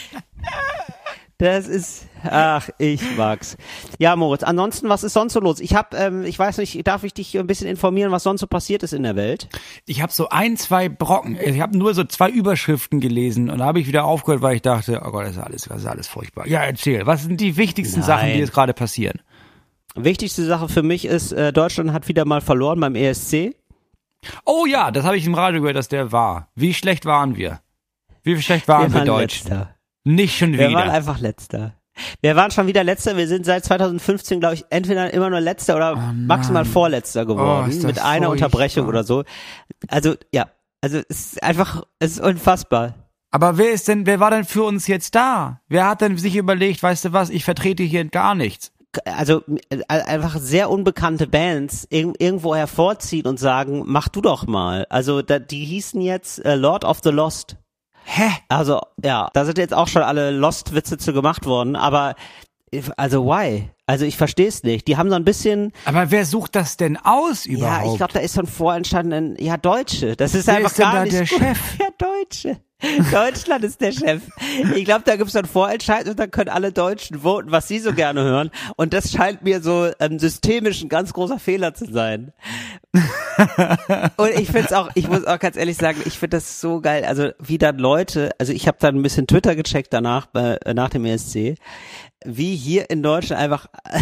Das ist, ach, ich mag's. Ja, Moritz, ansonsten, was ist sonst so los? Ich hab, ähm, ich weiß nicht, darf ich dich ein bisschen informieren, was sonst so passiert ist in der Welt? Ich habe so ein, zwei Brocken, ich habe nur so zwei Überschriften gelesen und da habe ich wieder aufgehört, weil ich dachte, oh Gott, das ist alles, das ist alles furchtbar. Ja, erzähl, was sind die wichtigsten Nein. Sachen, die jetzt gerade passieren? Wichtigste Sache für mich ist, äh, Deutschland hat wieder mal verloren beim E S C. Oh ja, das habe ich im Radio gehört, dass der war. Wie schlecht waren wir? Wie schlecht waren wir, wir Deutschen? Letzter. Nicht schon wieder. Wir waren einfach Letzter. Wir waren schon wieder Letzter. Wir sind seit zwanzig fünfzehn, glaube ich, entweder immer nur Letzter oder oh maximal Vorletzter geworden. Oh, mit einer Unterbrechung oder so. Also, ja. Also, es ist einfach, es ist unfassbar. Aber wer ist denn, wer war denn für uns jetzt da? Wer hat denn sich überlegt, weißt du was, ich vertrete hier gar nichts? Also, einfach sehr unbekannte Bands irgendwo hervorziehen und sagen, mach du doch mal. Also, die hießen jetzt uh, Lord of the Lost. Hä? Also, ja, da sind jetzt auch schon alle Lost-Witze zu gemacht worden, aber, also, why? Also, ich verstehe es nicht. Die haben so ein bisschen... Aber wer sucht das denn aus überhaupt? Ja, ich glaube, da ist so ein vorentstanden, ja, Deutsche. Das ist wer einfach ist gar denn da nicht der gut. Chef? Ja, Deutsche. Deutschland ist der Chef. Ich glaube, da gibt's so einen Vorentscheid und dann können alle Deutschen voten, was sie so gerne hören. Und das scheint mir so ähm, systemisch ein ganz großer Fehler zu sein. Und ich find's auch, ich muss auch ganz ehrlich sagen, ich find das so geil. Also wie dann Leute, also ich habe dann ein bisschen Twitter gecheckt danach, bei, nach dem E S C, wie hier in Deutschland einfach...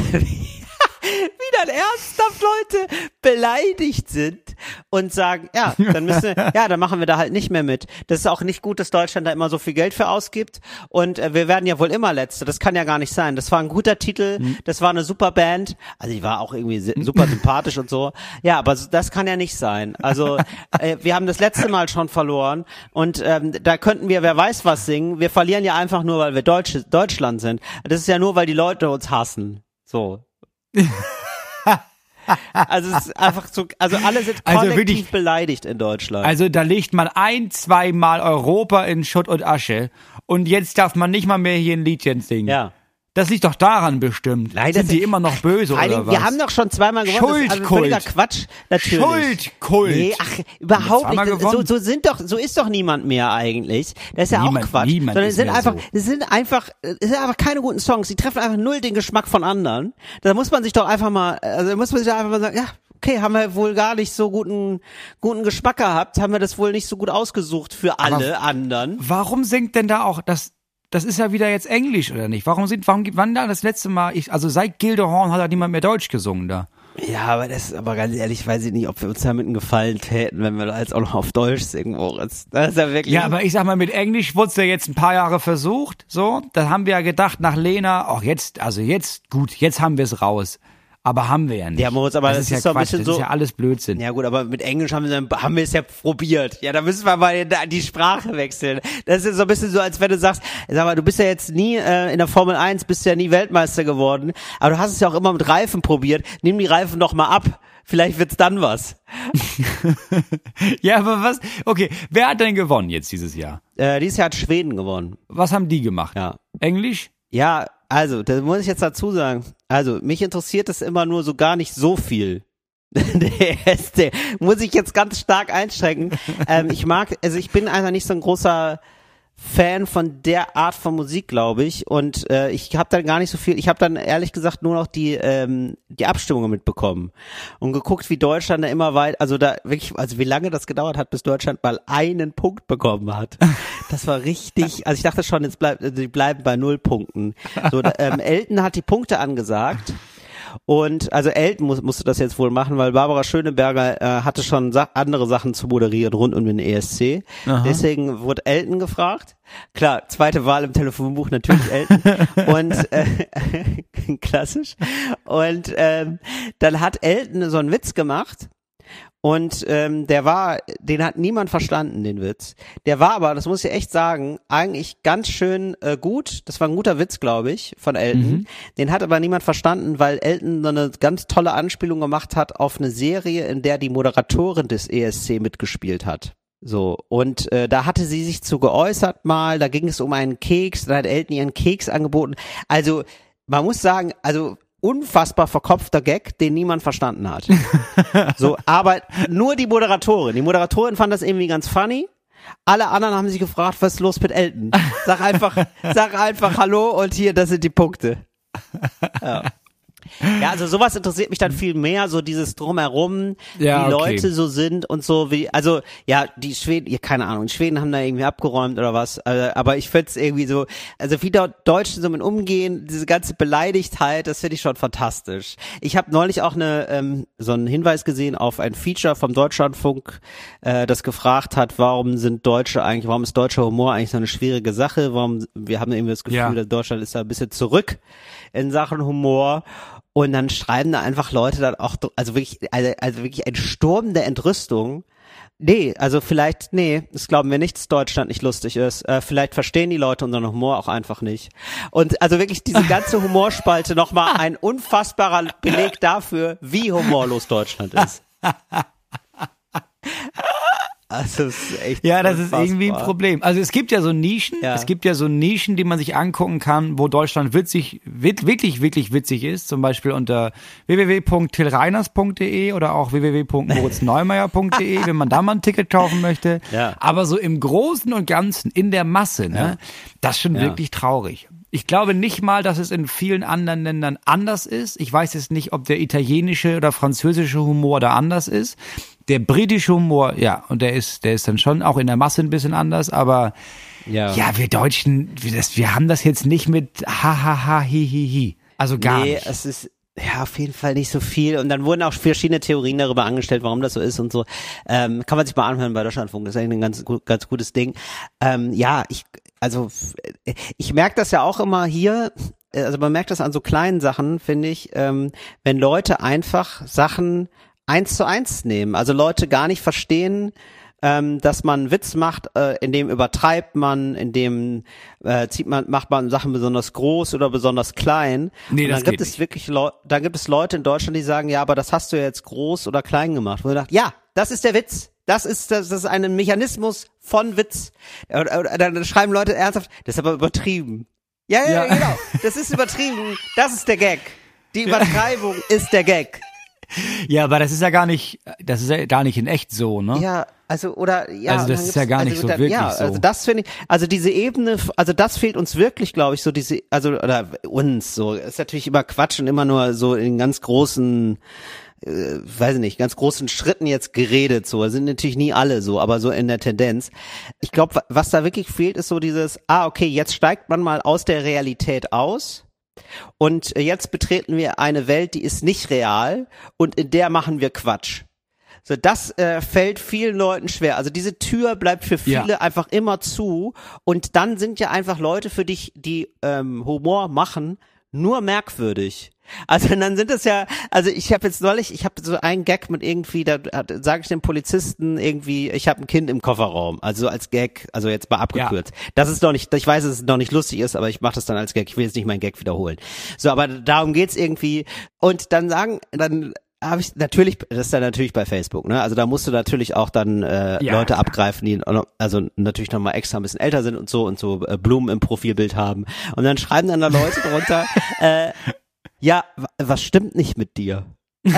wie dann ernsthaft Leute beleidigt sind und sagen, ja, dann müssen wir, ja, dann machen wir da halt nicht mehr mit. Das ist auch nicht gut, dass Deutschland da immer so viel Geld für ausgibt und äh, wir werden ja wohl immer Letzte. Das kann ja gar nicht sein. Das war ein guter Titel, das war eine super Band, also die war auch irgendwie super sympathisch und so. Ja, aber das kann ja nicht sein. Also äh, wir haben das letzte Mal schon verloren und ähm, da könnten wir, wer weiß was singen. Wir verlieren ja einfach nur, weil wir Deutsche, Deutschland sind. Das ist ja nur, weil die Leute uns hassen. So. Also es ist einfach so, also alle sind kollektiv also wirklich, beleidigt in Deutschland. Also da legt man ein, zweimal Europa in Schutt und Asche und jetzt darf man nicht mal mehr hier ein Liedchen singen. Ja. Das liegt doch daran bestimmt. Nein, sind die immer noch böse oder was? Wir haben doch schon zweimal gewonnen. Schuldkult. Das ist also völliger Quatsch, natürlich. Schuldkult. Nee, ach, überhaupt nicht. So, so sind doch, so ist doch niemand mehr eigentlich. Das ist ja niemand, auch Quatsch. Niemand Sondern ist es sind mehr einfach, so. es sind einfach, es sind einfach keine guten Songs. Die treffen einfach null den Geschmack von anderen. Da muss man sich doch einfach mal, also da muss man sich doch einfach mal sagen, ja, okay, haben wir wohl gar nicht so guten, guten Geschmack gehabt, haben wir das wohl nicht so gut ausgesucht für alle Aber anderen. Warum singt denn da auch das, das ist ja wieder jetzt Englisch, oder nicht? Warum sind, warum gibt, wann da das letzte Mal, ich, also seit Gildehorn hat da niemand mehr Deutsch gesungen da. Ja, aber das, aber ganz ehrlich, weiß ich nicht, ob wir uns damit einen Gefallen täten, wenn wir da jetzt auch noch auf Deutsch singen, Moritz. Das ist ja wirklich. Ja, aber ich sag mal, mit Englisch wurde es ja jetzt ein paar Jahre versucht, so. Da haben wir ja gedacht, nach Lena, ach jetzt, also jetzt, gut, jetzt haben wir es raus. Aber haben wir ja nicht. Ja, Moritz, aber das, das ist, ist ja so ein bisschen das so. Das ist ja alles Blödsinn. Ja gut, aber mit Englisch haben wir, haben wir es ja probiert. Ja, da müssen wir mal die Sprache wechseln. Das ist so ein bisschen so, als wenn du sagst, sag mal, du bist ja jetzt nie äh, in der Formel eins, bist ja nie Weltmeister geworden, aber du hast es ja auch immer mit Reifen probiert. Nimm die Reifen doch mal ab. Vielleicht wird's dann was. Ja, aber was? Okay, wer hat denn gewonnen jetzt dieses Jahr? Äh, dieses Jahr hat Schweden gewonnen. Was haben die gemacht? Ja. Englisch? Ja, also, das muss ich jetzt dazu sagen. Also, mich interessiert das immer nur so gar nicht so viel. Der erste muss ich jetzt ganz stark einschränken. ähm, ich mag, also ich bin einfach nicht so ein großer Fan von der Art von Musik, glaube ich. Und äh, ich habe dann gar nicht so viel, ich habe dann ehrlich gesagt nur noch die ähm, die Abstimmungen mitbekommen und geguckt, wie Deutschland da immer weit, also da wirklich, also wie lange das gedauert hat, bis Deutschland mal einen Punkt bekommen hat. Das war richtig, also ich dachte schon, jetzt bleibt, die bleiben bei null Punkten. So, ähm, Elton hat die Punkte angesagt. Und also Elton muss, musste das jetzt wohl machen, weil Barbara Schöneberger äh, hatte schon sa- andere Sachen zu moderieren rund um den E S C. Aha. Deswegen wurde Elton gefragt. Klar, zweite Wahl im Telefonbuch natürlich Elton. Und äh, klassisch. Und ähm, dann hat Elton so einen Witz gemacht. Und ähm, der war, den hat niemand verstanden, den Witz. Der war aber, das muss ich echt sagen, eigentlich ganz schön äh, gut. Das war ein guter Witz, glaube ich, von Elton. Mhm. Den hat aber niemand verstanden, weil Elton so eine ganz tolle Anspielung gemacht hat auf eine Serie, in der die Moderatorin des E S C mitgespielt hat. So, und äh, da hatte sie sich zu geäußert mal, da ging es um einen Keks, da hat Elton ihren Keks angeboten. Also, man muss sagen, also unfassbar verkopfter Gag, den niemand verstanden hat. So, aber nur die Moderatorin. Die Moderatorin fand das irgendwie ganz funny. Alle anderen haben sich gefragt, was ist los mit Elton? Sag einfach, sag einfach Hallo und hier, das sind die Punkte. Ja. Ja, also sowas interessiert mich dann viel mehr, so dieses Drumherum, ja, wie okay. Leute so sind und so, wie, also, ja, die Schweden, ja, keine Ahnung, die Schweden haben da irgendwie abgeräumt oder was, äh, aber ich find's irgendwie so, also wie dort Deutschen so mit umgehen, diese ganze Beleidigtheit, das finde ich schon fantastisch. Ich habe neulich auch eine, ähm, so einen Hinweis gesehen auf ein Feature vom Deutschlandfunk, äh, das gefragt hat, warum sind Deutsche eigentlich, warum ist deutscher Humor eigentlich so eine schwierige Sache, warum, wir haben irgendwie das Gefühl, ja. dass Deutschland ist da ein bisschen zurück in Sachen Humor. Und dann schreiben da einfach Leute dann auch, also wirklich, also, also wirklich ein Sturm der Entrüstung. Nee, also vielleicht, nee, das glauben wir nicht, dass Deutschland nicht lustig ist. Äh, vielleicht verstehen die Leute unseren Humor auch einfach nicht. Und also wirklich diese ganze Humorspalte nochmal ein unfassbarer Beleg dafür, wie humorlos Deutschland ist. Also es ist echt ja, das unfassbar. ist irgendwie ein Problem. Also es gibt ja so Nischen, ja. es gibt ja so Nischen, die man sich angucken kann, wo Deutschland witzig, wirklich, wirklich witzig ist. Zum Beispiel unter w w w punkt till reiners punkt d e oder auch w w w punkt moritz neumeier punkt d e, wenn man da mal ein Ticket kaufen möchte. Ja. Aber so im Großen und Ganzen, in der Masse, ne, ja. das ist schon ja. wirklich traurig. Ich glaube nicht mal, dass es in vielen anderen Ländern anders ist. Ich weiß jetzt nicht, ob der italienische oder französische Humor da anders ist. Der britische Humor, ja, und der ist, der ist dann schon auch in der Masse ein bisschen anders, aber ja, ja wir Deutschen, wir, das, wir haben das jetzt nicht mit ha ha ha hi hi hi. Also gar nee, nicht. Nee, es ist ja auf jeden Fall nicht so viel. Und dann wurden auch verschiedene Theorien darüber angestellt, warum das so ist und so. Ähm, kann man sich mal anhören bei Deutschlandfunk. Das ist eigentlich ein ganz, ganz gutes Ding. Ähm, ja, ich, also ich merke das ja auch immer hier. Also man merkt das an so kleinen Sachen, finde ich, ähm, wenn Leute einfach Sachen eins zu eins nehmen. Also Leute gar nicht verstehen, ähm, dass man einen Witz macht, äh, in dem übertreibt man, in dem äh, zieht man, macht man Sachen besonders groß oder besonders klein. Nee, und das dann gibt geht es nicht. wirklich Leute, dann gibt es Leute in Deutschland, die sagen, ja, aber das hast du ja jetzt groß oder klein gemacht. Wo du dacht, ja, das ist der Witz. Das ist, das ist ein Mechanismus von Witz. Oder, oder, dann schreiben Leute ernsthaft, das ist aber übertrieben. Ja, ja, Ja. genau. Das ist übertrieben. Das ist der Gag. Die Übertreibung ist der Gag. Ja, aber das ist ja gar nicht, das ist ja gar nicht in echt so, ne? Ja, also oder ja. Also das dann ist ja gar also nicht so dann, wirklich ja, so. Also das finde ich, also diese Ebene, also das fehlt uns wirklich, glaube ich, so diese, also oder uns so, ist natürlich immer Quatsch und immer nur so in ganz großen äh, weiß ich nicht, ganz großen Schritten jetzt geredet, so, das sind natürlich nie alle so, aber so in der Tendenz. Ich glaube, was da wirklich fehlt, ist so dieses, ah, okay, jetzt steigt man mal aus der Realität aus und jetzt betreten wir eine Welt, die ist nicht real und in der machen wir Quatsch. So, das äh, fällt vielen Leuten schwer. Also diese Tür bleibt für viele ja. einfach immer zu und dann sind ja einfach Leute für dich, die ähm, Humor machen, nur merkwürdig. Also dann sind es ja, also ich habe jetzt neulich, ich habe so einen Gag mit irgendwie, da sage ich dem Polizisten irgendwie, ich habe ein Kind im Kofferraum, also so als Gag, also jetzt mal abgekürzt. Ja. Das ist doch nicht, ich weiß, dass es noch nicht lustig ist, aber ich mache das dann als Gag, ich will jetzt nicht meinen Gag wiederholen. So, aber darum geht's irgendwie und dann sagen, dann habe ich natürlich, das ist dann natürlich bei Facebook, ne? Also da musst du natürlich auch dann äh, ja, Leute abgreifen, die also natürlich nochmal extra ein bisschen älter sind und so und so äh, Blumen im Profilbild haben. Und dann schreiben dann da Leute drunter, äh, ja, was stimmt nicht mit dir? Es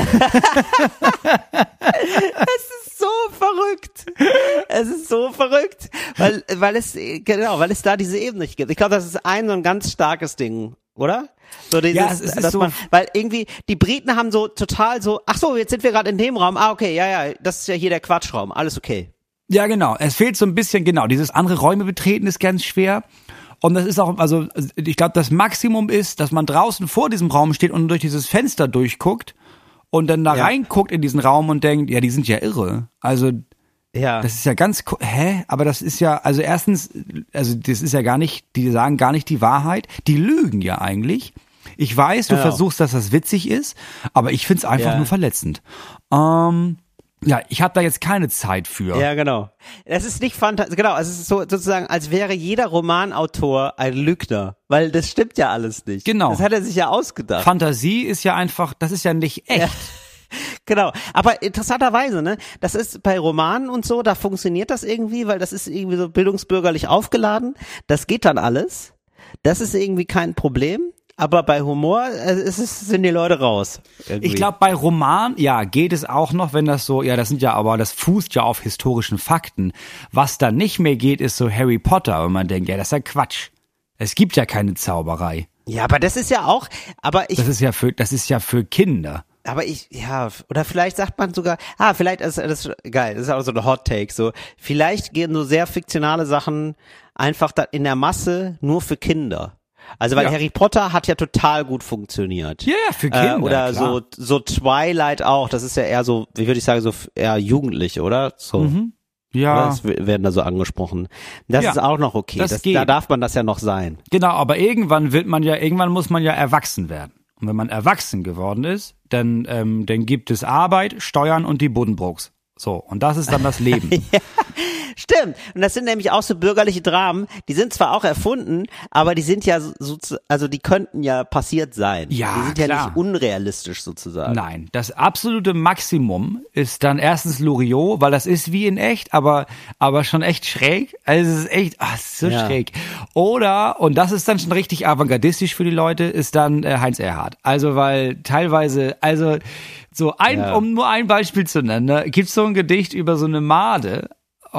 ist so verrückt. Es ist so verrückt, weil weil es genau, weil es da diese Ebene nicht gibt. Ich glaube, das ist ein so ein ganz starkes Ding, oder? So dieses, ja, es ist dass so, man, weil irgendwie die Briten haben so total so, ach so, jetzt sind wir gerade in dem Raum. Ah, okay, ja, ja, das ist ja hier der Quatschraum. Alles okay. Ja, genau. Es fehlt so ein bisschen, genau, dieses andere Räume betreten ist ganz schwer. Und das ist auch, also ich glaube, das Maximum ist, dass man draußen vor diesem Raum steht und durch dieses Fenster durchguckt und dann da ja. reinguckt in diesen Raum und denkt, ja, die sind ja irre. Also ja. Das ist ja ganz, hä? Aber das ist ja, also erstens, also das ist ja gar nicht, die sagen gar nicht die Wahrheit, die lügen ja eigentlich. Ich weiß, du ja. versuchst, dass das witzig ist, aber ich find's einfach ja. nur verletzend. Ähm, ja, ich habe da jetzt keine Zeit für. Ja, genau. Es ist nicht fantastisch, genau, es ist so sozusagen, als wäre jeder Romanautor ein Lügner, weil das stimmt ja alles nicht. Genau. Das hat er sich ja ausgedacht. Fantasie ist ja einfach, das ist ja nicht echt. Ja. Genau, aber interessanterweise, ne, das ist bei Romanen und so, da funktioniert das irgendwie, weil das ist irgendwie so bildungsbürgerlich aufgeladen, das geht dann alles, das ist irgendwie kein Problem, aber bei Humor äh, ist es, sind die Leute raus. Irgendwie. Ich glaube, bei Roman, ja, geht es auch noch, wenn das so, ja, das sind ja, aber das fußt ja auf historischen Fakten. Was da nicht mehr geht, ist so Harry Potter, und man denkt, ja, das ist ja Quatsch. Es gibt ja keine Zauberei. Ja, aber das ist ja auch, aber ich. Das ist ja für, das ist ja für Kinder. Aber ich, ja, oder vielleicht sagt man sogar, ah, vielleicht ist das geil, das ist auch so ein Hot Take, so, vielleicht gehen so sehr fiktionale Sachen einfach da in der Masse nur für Kinder. Also, weil ja. Harry Potter hat ja total gut funktioniert. Ja, yeah, für Kinder. Äh, oder klar. so, so Twilight auch, das ist ja eher so, wie würde ich sagen, so eher Jugendliche, oder? So. Mhm. Ja. Das werden da so angesprochen. Das ja, ist auch noch okay. Das das, da darf man das ja noch sein. Genau, aber irgendwann wird man ja, irgendwann muss man ja erwachsen werden. Und wenn man erwachsen geworden ist, dann, ähm, dann gibt es Arbeit, Steuern und die Buddenbrooks. So, und das ist dann das Leben. Ja, stimmt. Und das sind nämlich auch so bürgerliche Dramen, die sind zwar auch erfunden, aber die sind ja so, also die könnten ja passiert sein. Ja, die sind klar. ja nicht unrealistisch sozusagen. Nein, das absolute Maximum ist dann erstens Loriot, weil das ist wie in echt, aber aber schon echt schräg. Also es ist echt, ach, so ja. schräg. Oder, und das ist dann schon richtig avantgardistisch für die Leute, ist dann äh, Heinz Erhardt. Also weil teilweise, also so ein, ja. um nur ein Beispiel zu nennen, ne, gibt's so ein Gedicht über so eine Made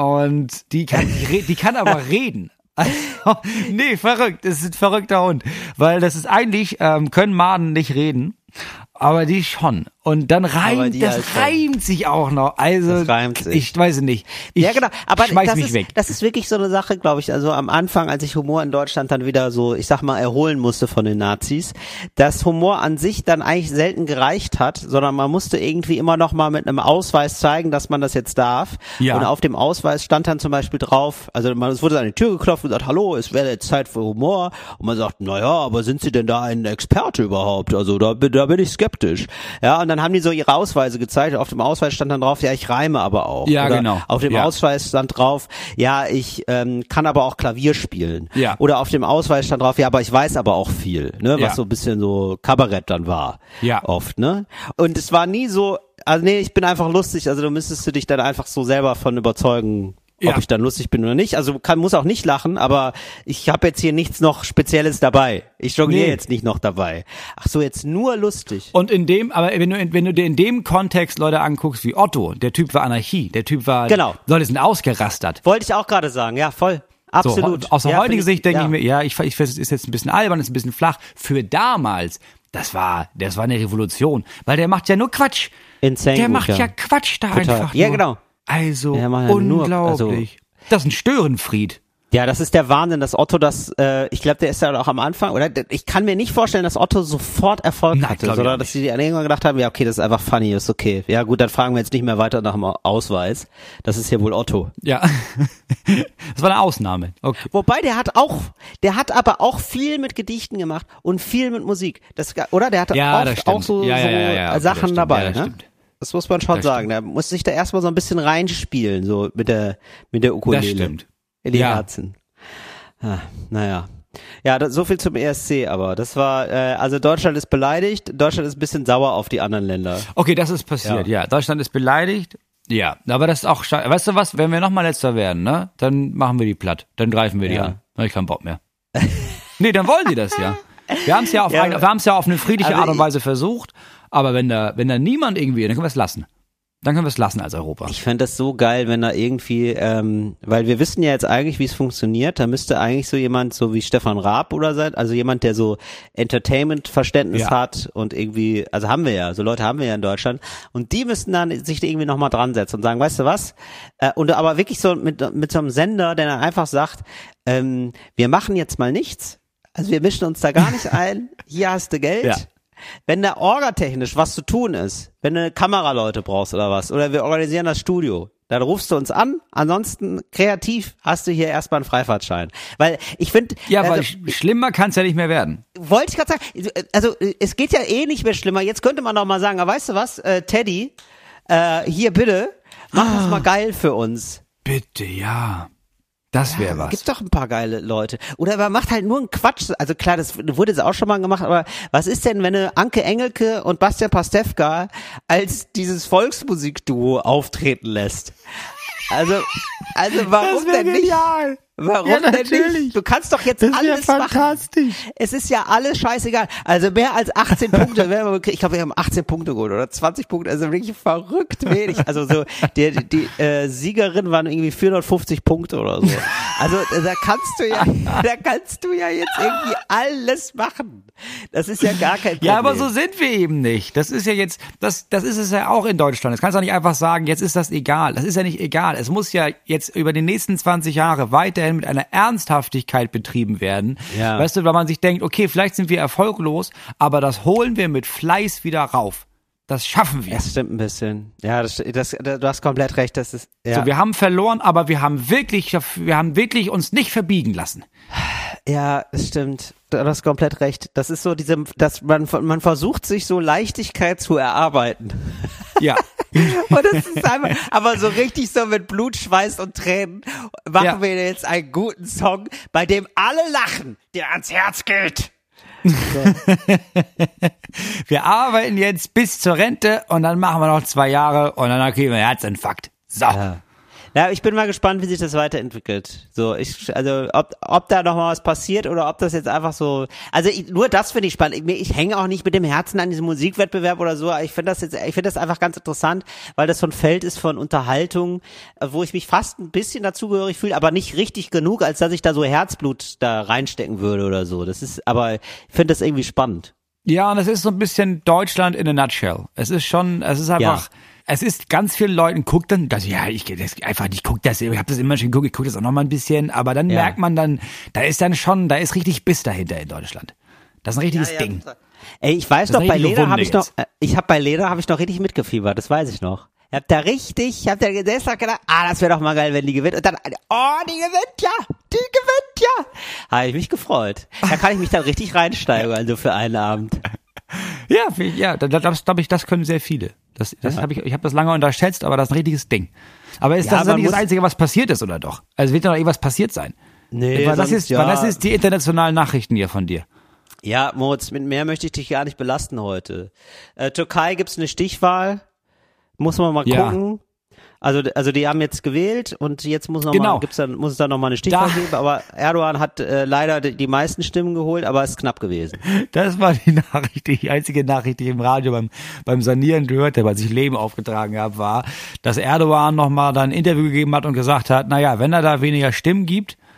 und die kann, die, die kann aber reden. Also, nee, verrückt, das ist ein verrückter Hund, weil das ist eigentlich, ähm, können Maden nicht reden, aber die schon. Und dann reimt, das halt reimt sich auch noch. Also, ich weiß nicht. Ich ja, genau. Aber schmeiß das mich ist, weg. Das ist wirklich so eine Sache, glaube ich. Also am Anfang, als ich Humor in Deutschland dann wieder so, ich sag mal, erholen musste von den Nazis, dass Humor an sich dann eigentlich selten gereicht hat, sondern man musste irgendwie immer noch mal mit einem Ausweis zeigen, dass man das jetzt darf. Ja. Und auf dem Ausweis stand dann zum Beispiel drauf, also man, es wurde an die Tür geklopft und gesagt, hallo, es wäre jetzt Zeit für Humor. Und man sagt, naja, aber sind Sie denn da ein Experte überhaupt? Also da, da bin ich skeptisch. Ja, und dann haben die so ihre Ausweise gezeigt. Auf dem Ausweis stand dann drauf, ja, ich reime aber auch. Ja, Oder genau. Auf dem ja. Ausweis stand drauf, ja, ich ähm, kann aber auch Klavier spielen. Ja. Oder auf dem Ausweis stand drauf, ja, aber ich weiß aber auch viel, ne, was ja. so ein bisschen so Kabarett dann war. Ja. Oft, ne? Und es war nie so, also nee, ich bin einfach lustig, also du müsstest du dich dann einfach so selber von überzeugen, ob ja. ich dann lustig bin oder nicht. Also kann, muss auch nicht lachen, aber ich habe jetzt hier nichts noch Spezielles dabei. Ich jongliere nee. jetzt nicht noch dabei. Ach so, jetzt nur lustig. Und in dem, aber wenn du, wenn du dir in dem Kontext Leute anguckst wie Otto, der Typ war Anarchie, der Typ war, genau. Leute sind ausgerastert. Wollte ich auch gerade sagen, ja, voll. Absolut. So, aus der ja, heutigen Sicht denke ja. ich mir, ja, ich, ich weiß, es ist jetzt ein bisschen albern, es ist ein bisschen flach. Für damals, das war, das war eine Revolution, weil der macht ja nur Quatsch. Insane der gut, macht ja, ja Quatsch da Total. einfach Ja, nur. genau. Also, ja, unglaublich. Nur, also, das ist ein Störenfried. Ja, das ist der Wahnsinn, dass Otto das, äh, ich glaube, der ist ja auch am Anfang, oder? Ich kann mir nicht vorstellen, dass Otto sofort Erfolg Nein, hatte, sondern dass sie irgendwann gedacht haben, ja, okay, das ist einfach funny, ist okay. Ja gut, dann fragen wir jetzt nicht mehr weiter nach dem Ausweis. Das ist hier wohl Otto. Ja, das war eine Ausnahme. Okay. Wobei, der hat auch, der hat aber auch viel mit Gedichten gemacht und viel mit Musik. Das, oder? Der hatte ja, oft auch so, ja, ja, ja, ja, ja. so Sachen okay, dabei, ja, das ne? Stimmt. Das muss man schon das sagen. Stimmt. Da muss sich da erstmal so ein bisschen reinspielen, so mit der, mit der Ukulele. Das stimmt. In die ja. Herzen. Ah, naja. Ja, das, so viel zum E S C, aber das war, äh, also Deutschland ist beleidigt, Deutschland ist ein bisschen sauer auf die anderen Länder. Okay, das ist passiert, ja. ja. Deutschland ist beleidigt, ja, aber das ist auch scheiße. Weißt du was, wenn wir nochmal Letzter werden, ne, dann machen wir die platt, dann greifen wir die ja. an. Dann hab ich keinen Bock mehr. Nee, dann wollen die das ja. Wir haben es ja auf ja, ein, wir haben es ja auf eine friedliche also Art und Weise versucht, aber wenn da, wenn da niemand irgendwie, dann können wir es lassen. Dann können wir es lassen als Europa. Ich fände das so geil, wenn da irgendwie, ähm, weil wir wissen ja jetzt eigentlich, wie es funktioniert, da müsste eigentlich so jemand, so wie Stefan Raab oder sein, also jemand, der so Entertainment-Verständnis Ja. hat und irgendwie, also haben wir ja, so Leute haben wir ja in Deutschland und die müssten dann sich da irgendwie nochmal dran setzen und sagen, weißt du was, äh, und aber wirklich so mit, mit so einem Sender, der dann einfach sagt, ähm, wir machen jetzt mal nichts, also wir mischen uns da gar nicht ein, hier hast du Geld. Ja. Wenn da orgatechnisch was zu tun ist, wenn du Kameraleute brauchst oder was, oder wir organisieren das Studio, dann rufst du uns an, ansonsten kreativ hast du hier erstmal einen Freifahrtschein. Weil ich finde... Ja, also, weil sch- schlimmer kann es ja nicht mehr werden. wollte ich gerade sagen, also es geht ja eh nicht mehr schlimmer, jetzt könnte man doch mal sagen, aber weißt du was, äh, Teddy, äh, hier bitte, mach das mal geil für uns. Bitte, ja. Das wäre was. Gibt doch ein paar geile Leute. Oder man macht halt nur einen Quatsch. Also klar, das wurde jetzt auch schon mal gemacht, aber was ist denn, wenn du Anke Engelke und Bastian Pastewka als dieses Volksmusikduo auftreten lässt? Also, also warum denn genial. nicht? Warum Ja, denn natürlich. nicht? Du kannst doch jetzt Das alles wär machen. fantastisch. Es ist ja alles scheißegal. Also mehr als achtzehn Punkte, werden wir, ich glaube, wir haben achtzehn Punkte geholt oder zwanzig Punkte, also wirklich verrückt wenig. Also so, die, die äh, Siegerin waren irgendwie vierhundertfünfzig Punkte oder so. Also da kannst du ja, da kannst du ja jetzt irgendwie alles machen. Das ist ja gar kein Problem. Ja, aber so sind wir eben nicht. Das ist ja jetzt, das, das ist es ja auch in Deutschland. Das kannst du auch nicht einfach sagen, jetzt ist das egal. Das ist ja nicht egal. Es muss ja jetzt über die nächsten zwanzig Jahre weiterhin mit einer Ernsthaftigkeit betrieben werden. Ja. Weißt du, weil man sich denkt, okay, vielleicht sind wir erfolglos, aber das holen wir mit Fleiß wieder rauf. Das schaffen wir. Das stimmt ein bisschen. Ja, das, das, du hast komplett recht. Das ist, ja. So, wir haben verloren, aber wir haben wirklich, wir haben wirklich uns nicht verbiegen lassen. Ja, das stimmt. Du hast komplett recht. Das ist so diese, dass man, man versucht sich so Leichtigkeit zu erarbeiten. Ja. Und das ist einfach, aber so richtig so mit Blut, Schweiß und Tränen machen Ja. wir jetzt einen guten Song, bei dem alle lachen, der ans Herz geht. Wir arbeiten jetzt bis zur Rente und dann machen wir noch zwei Jahre und dann kriegen wir einen Herzinfarkt. So. Ja. Ja, ich bin mal gespannt, wie sich das weiterentwickelt. So, ich, also, ob, ob da noch mal was passiert oder ob das jetzt einfach so, also ich, nur das finde ich spannend. Ich, ich hänge auch nicht mit dem Herzen an diesem Musikwettbewerb oder so. Ich finde das jetzt, ich finde das einfach ganz interessant, weil das so ein Feld ist von Unterhaltung, wo ich mich fast ein bisschen dazugehörig fühle, aber nicht richtig genug, als dass ich da so Herzblut da reinstecken würde oder so. Das ist, aber ich finde das irgendwie spannend. Ja, und es ist so ein bisschen Deutschland in a nutshell. Es ist schon, es ist einfach, Ja. es ist ganz vielen Leuten, guckt dann, das, ja, ich das einfach nicht, guck das, ich habe das immer schon geguckt, ich gucke das auch noch mal ein bisschen, aber dann Ja. merkt man dann, da ist dann schon, da ist richtig Biss dahinter in Deutschland. Das ist ein richtiges Ja, ja, Ding. total. Ey, ich weiß Das ist noch, bei eine richtige Leder habe ich Wunde noch, äh, ich habe bei Leder habe ich noch richtig mitgefiebert, das weiß ich noch. Ich hab da richtig, ich hab da selbst noch gedacht, ah, das wäre doch mal geil, wenn die gewinnt. Und dann, oh, die gewinnt ja, die gewinnt ja. Habe ich mich gefreut. Da kann ich mich dann richtig reinsteigen, also für einen Abend. Ja, ja, das glaube ich, das können sehr viele. Das, das Ja. habe ich, ich habe das lange unterschätzt, aber das ist ein richtiges Ding. Aber ist Ja, das man nicht das muss- Einzige, was passiert ist, oder doch? Also wird doch noch irgendwas passiert sein. Nee, weil, das sonst, ist, ja. weil das ist die internationalen Nachrichten hier von dir. Ja, Moritz, mit mehr möchte ich dich gar nicht belasten heute. Äh, Türkei gibt's eine Stichwahl. Muss man mal Ja. gucken. Also, also die haben jetzt gewählt und jetzt muss noch Genau. mal, gibt's dann, muss es dann noch mal eine Stichwahl Da- geben. Aber Erdogan hat äh, leider die, die meisten Stimmen geholt, aber es ist knapp gewesen. Das war die Nachricht, die einzige Nachricht, die ich im Radio beim, beim Sanieren gehört habe, als ich Leben aufgetragen habe, war, dass Erdogan nochmal dann ein Interview gegeben hat und gesagt hat, naja, wenn er da weniger Stimmen gibt,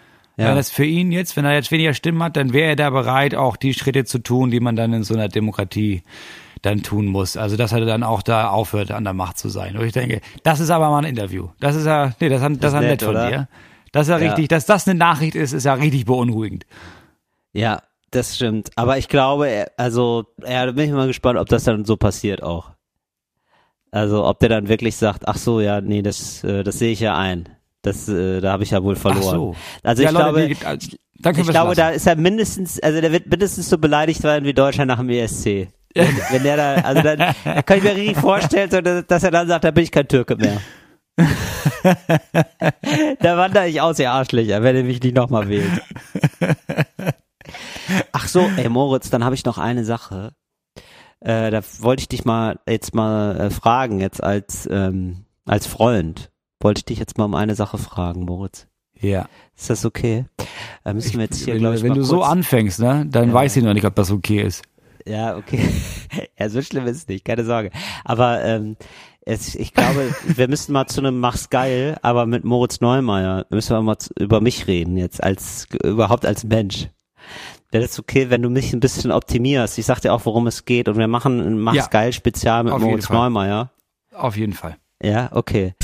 Ja. Wenn das für ihn jetzt, wenn er jetzt weniger Stimmen hat, dann wäre er da bereit, auch die Schritte zu tun, die man dann in so einer Demokratie dann tun muss. Also, dass er dann auch da aufhört, an der Macht zu sein. Und ich denke, das ist aber mal ein Interview. Das ist ja, nee, das, das, das ist nett, nett von oder? dir. Das ist ja, ja richtig, dass das eine Nachricht ist, ist ja richtig beunruhigend. Ja, das stimmt. Aber ich glaube, also, ja, da bin ich mal gespannt, ob das dann so passiert auch. Also, ob der dann wirklich sagt, ach so, ja, nee, das, das sehe ich ja ein. Das, äh, da habe ich ja wohl verloren. Ach so. Also, ich ja, glaube, Leute, die, ich glaube, da ist er mindestens, also der wird mindestens so beleidigt werden wie Deutschland nach dem E S C. Wenn, wenn der da, also dann, da kann ich mir richtig vorstellen, so, dass er dann sagt, da bin ich kein Türke mehr. Da wandere ich aus, ihr Arschlöcher, wenn ihr mich nicht nochmal wählt. Ach so, ey Moritz, dann habe ich noch eine Sache. Äh, da wollte ich dich mal jetzt mal äh, fragen, jetzt als ähm, als Freund. Wollte ich dich jetzt mal um eine Sache fragen, Moritz. Ja. Ist das okay? Da müssen wir jetzt hier, glaube ich, wenn mal du kurz so anfängst, ne, dann ja. weiß ich noch nicht, ob das okay ist. Ja, okay. Ja, so schlimm ist es nicht, keine Sorge. Aber ähm, es, ich glaube, wir müssen mal zu einem Mach's geil, aber mit Moritz Neumeier müssen wir mal zu, über mich reden jetzt, als überhaupt als Mensch. Wäre das okay, wenn du mich ein bisschen optimierst? Ich sag dir auch, worum es geht und wir machen ein Mach's ja. geil Spezial mit Moritz Neumeier. Auf jeden Fall. Ja, okay.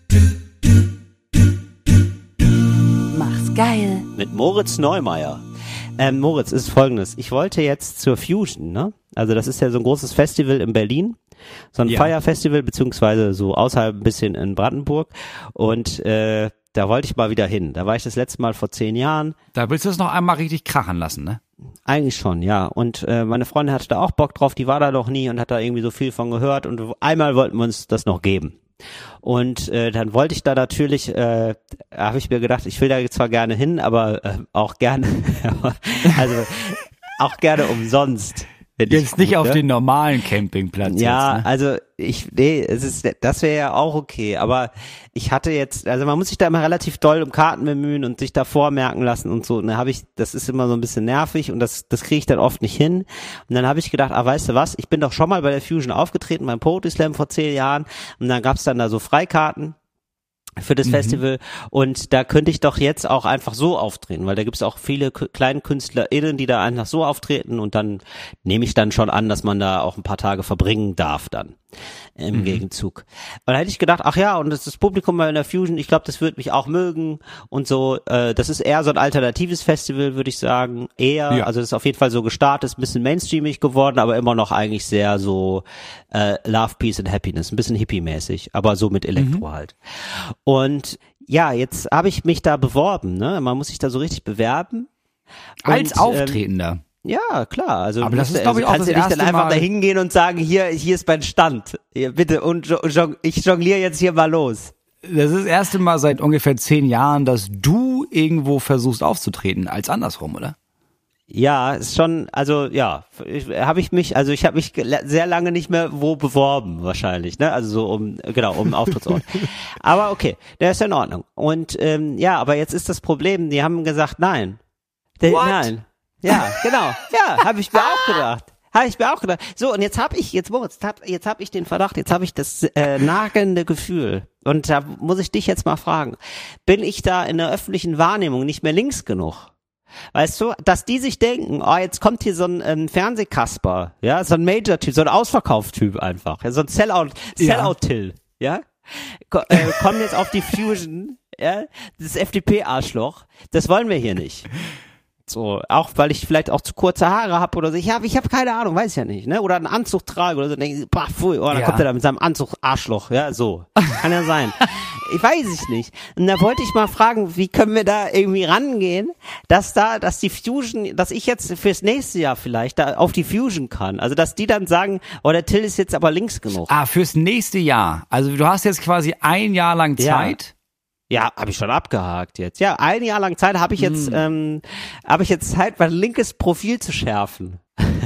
Mach's geil. Mit Moritz Neumeier. Ähm, Moritz, ist folgendes. Ich wollte jetzt zur Fusion, ne? Also das ist ja so ein großes Festival in Berlin. So ein ja. Feierfestival, beziehungsweise so außerhalb ein bisschen in Brandenburg. Und äh, da wollte ich mal wieder hin. Da war ich das letzte Mal vor zehn Jahren. Da willst du es noch einmal richtig krachen lassen, ne? Eigentlich schon, ja. Und äh, meine Freundin hatte da auch Bock drauf. Die war da noch nie und hat da irgendwie so viel von gehört. Und einmal wollten wir uns das noch geben. Und äh, dann wollte ich da natürlich, äh, habe ich mir gedacht, ich will da zwar gerne hin, aber äh, auch gerne, also auch gerne umsonst. Jetzt gut, nicht auf ne? den normalen Campingplatz. Ja, jetzt, ne? also ich, nee, es ist, das wäre ja auch okay, aber ich hatte jetzt, also man muss sich da immer relativ doll um Karten bemühen und sich da vormerken lassen und so, und dann habe ich, das ist immer so ein bisschen nervig und das, das kriege ich dann oft nicht hin, und dann habe ich gedacht, ah, weißt du was, ich bin doch schon mal bei der Fusion aufgetreten, beim Poetry Slam vor zehn Jahren, und dann gab's dann da so Freikarten für das mhm. Festival, und da könnte ich doch jetzt auch einfach so auftreten, weil da gibt's auch viele K- kleine KünstlerInnen, die da einfach so auftreten, und dann nehme ich dann schon an, dass man da auch ein paar Tage verbringen darf dann im mhm. Gegenzug. Und da hätte ich gedacht, ach ja, und das, das Publikum bei der Fusion, ich glaube, das wird mich auch mögen und so. Äh, das ist eher so ein alternatives Festival, würde ich sagen. Eher, ja. Also das ist auf jeden Fall so gestartet, ist ein bisschen mainstreamig geworden, aber immer noch eigentlich sehr so äh, Love, Peace and Happiness, ein bisschen hippie-mäßig, aber so mit Elektro mhm. halt. Und ja, jetzt habe ich mich da beworben, ne? Man muss sich da so richtig bewerben. Als und, Auftretender. Ähm, ja, klar. Also aber das ist, glaube ich, auch kannst das du nicht erste dann einfach Mal da hingehen und sagen, hier, hier ist mein Stand. Hier, bitte, und jo- jo- ich jongliere jetzt hier mal los. Das ist das erste Mal seit ungefähr zehn Jahren, dass du irgendwo versuchst aufzutreten, als andersrum, oder? Ja, ist schon, also ja, habe ich mich, also ich habe mich sehr lange nicht mehr wo beworben wahrscheinlich, ne? Also so um, genau, um einen Auftrittsort. Aber okay, der ist ja in Ordnung. Und ähm, ja, aber jetzt ist das Problem, die haben gesagt, nein. Der, nein. Ja, genau. Ja, habe ich mir auch gedacht. Habe ich mir auch gedacht. So, und jetzt habe ich, jetzt Moritz, jetzt habe ich den Verdacht, jetzt habe ich das äh, nagelnde Gefühl. Und da muss ich dich jetzt mal fragen, bin ich da in der öffentlichen Wahrnehmung nicht mehr links genug? Weißt du, dass die sich denken, oh, jetzt kommt hier so ein ähm, Fernsehkasper, ja, so ein Major-Typ, so ein Ausverkauf-Typ einfach, ja, so ein Sellout, Sellout-Till, ja, Ko- äh, kommen jetzt auf die Fusion, ja, das F D P-Arschloch, das wollen wir hier nicht. So, auch weil ich vielleicht auch zu kurze Haare habe oder so. Ich habe ich hab keine Ahnung, weiß ich ja nicht, ne? Oder einen Anzug trage oder so. Denke ich, bah, pfui, oh, dann ja. kommt er da mit seinem Anzug Arschloch, ja, so. Kann ja sein. Ich weiß es nicht. Und da wollte ich mal fragen, wie können wir da irgendwie rangehen, dass da, dass die Fusion, dass ich jetzt fürs nächste Jahr vielleicht da auf die Fusion kann. Also, dass die dann sagen, oh, der Till ist jetzt aber links genug. Ah, fürs nächste Jahr. Also, du hast jetzt quasi ein Jahr lang Zeit. Ja. Ja, habe ich schon abgehakt jetzt. Ja, ein Jahr lang Zeit habe ich jetzt, mm. ähm, habe ich jetzt Zeit, mein linkes Profil zu schärfen.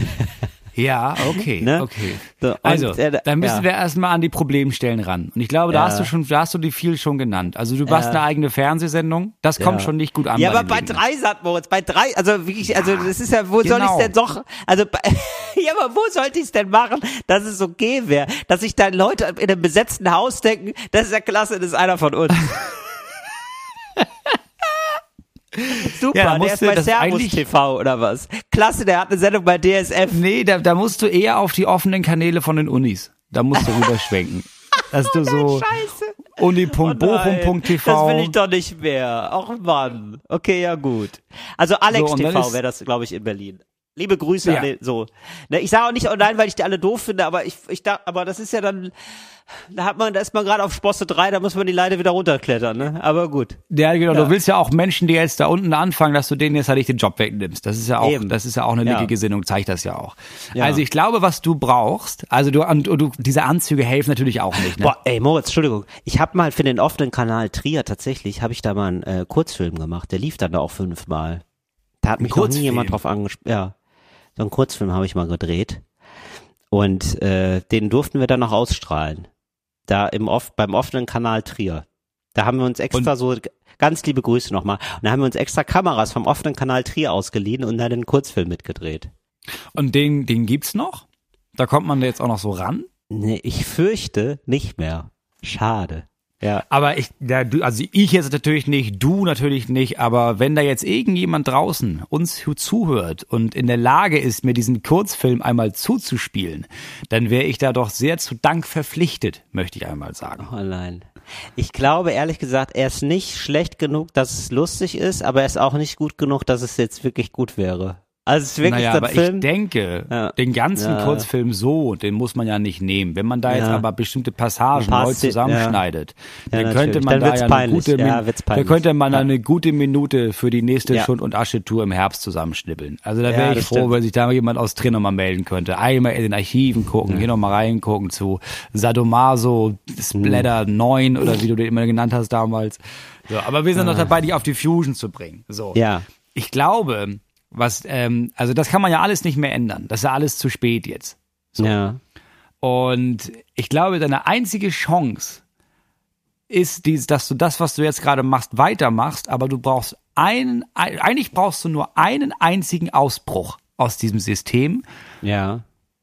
Ja, okay, ne? okay. So, also, und, äh, dann müssen ja. wir erstmal an die Problemstellen ran. Und ich glaube, da ja. hast du schon, da hast du die viel schon genannt. Also du hast ja. eine eigene Fernsehsendung, das kommt ja. schon nicht gut an. Ja, bei aber bei Linken. drei, sagt Moritz, bei drei, also wirklich, also das ist ja, wo genau. soll ich denn doch, also, bei, ja, aber wo sollte ich es denn machen, dass es okay wäre, dass sich dann Leute in einem besetzten Haus denken, das ist ja klasse, das ist einer von uns. Super, Ja, da der musst ist du bei das Servus eigentlich- T V oder was? Klasse, der hat eine Sendung bei D S F. Nee, da, da musst du eher auf die offenen Kanäle von den Unis. Da musst du rüberschwenken. Dass du so Scheiße. uni punkt bochum punkt t v. Das will ich doch nicht mehr. Ach Mann. Okay, ja gut. Also Alex So, und dann T V ist- wäre das, glaube ich, in Berlin. Liebe Grüße Ja. an den, so. Ne, ich sage auch nicht online, weil ich die alle doof finde, aber ich, ich da, aber das ist ja dann, da hat man, da ist man gerade auf Sprosse drei, da muss man die Leiter wieder runterklettern, ne? Aber gut. Ja, genau. Ja. Du willst ja auch Menschen, die jetzt da unten anfangen, dass du denen jetzt halt nicht den Job wegnimmst. Das ist ja auch, Eben. das ist ja auch eine Ja. linke Gesinnung, zeigt das ja auch. Ja. Also ich glaube, was du brauchst, also du, und, und du, diese Anzüge helfen natürlich auch nicht, ne? Boah, ey Moritz, Entschuldigung. Ich habe mal für den offenen Kanal Trier tatsächlich, habe ich da mal einen äh, Kurzfilm gemacht. Der lief dann da auch fünfmal. Da hat mich noch nie Kurzfilm? jemand drauf angesprochen. Ja, so einen Kurzfilm habe ich mal gedreht. Und äh, den durften wir dann noch ausstrahlen. Da im off beim offenen Kanal Trier. Da haben wir uns extra Und- so, ganz liebe Grüße nochmal, und da haben wir uns extra Kameras vom offenen Kanal Trier ausgeliehen und dann einen Kurzfilm mitgedreht. Und den, den gibt's noch? Da kommt man jetzt auch noch so ran? Nee, ich fürchte nicht mehr. Schade. Ja. Aber ich, ja, du, also ich jetzt natürlich nicht, du natürlich nicht, aber wenn da jetzt irgendjemand draußen uns zuhört und in der Lage ist, mir diesen Kurzfilm einmal zuzuspielen, dann wäre ich da doch sehr zu Dank verpflichtet, möchte ich einmal sagen. Oh nein. Ich glaube, ehrlich gesagt, er ist nicht schlecht genug, dass es lustig ist, aber er ist auch nicht gut genug, dass es jetzt wirklich gut wäre. Also es ist wirklich Naja, der aber Film. ich denke, Ja. den ganzen Ja. Kurzfilm so, den muss man ja nicht nehmen. Wenn man da jetzt Ja. aber bestimmte Passagen Ein paar neu Szenen, zusammenschneidet, Ja, dann natürlich. könnte man Dann da wird's ja peinlich. eine gute, Ja, Min- wird's da peinlich. könnte man Ja. eine gute Minute für die nächste Ja. Schund- und Asche-Tour im Herbst zusammenschnippeln. Also da Ja, wäre ich das froh, stimmt. wenn sich da mal jemand aus Trier nochmal melden könnte. Einmal in den Archiven gucken, hier nochmal reingucken zu Sadomaso, Splatter neun oder wie du den immer genannt hast damals. So, aber wir sind noch dabei, dich auf die Fusion zu bringen. So. Ja. Ich glaube, was, ähm, also das kann man ja alles nicht mehr ändern. Das ist ja alles zu spät jetzt. Ja. Und ich glaube, deine einzige Chance ist, dies, dass du das, was du jetzt gerade machst, weitermachst, aber du brauchst einen, ein, eigentlich brauchst du nur einen einzigen Ausbruch aus diesem System, Ja.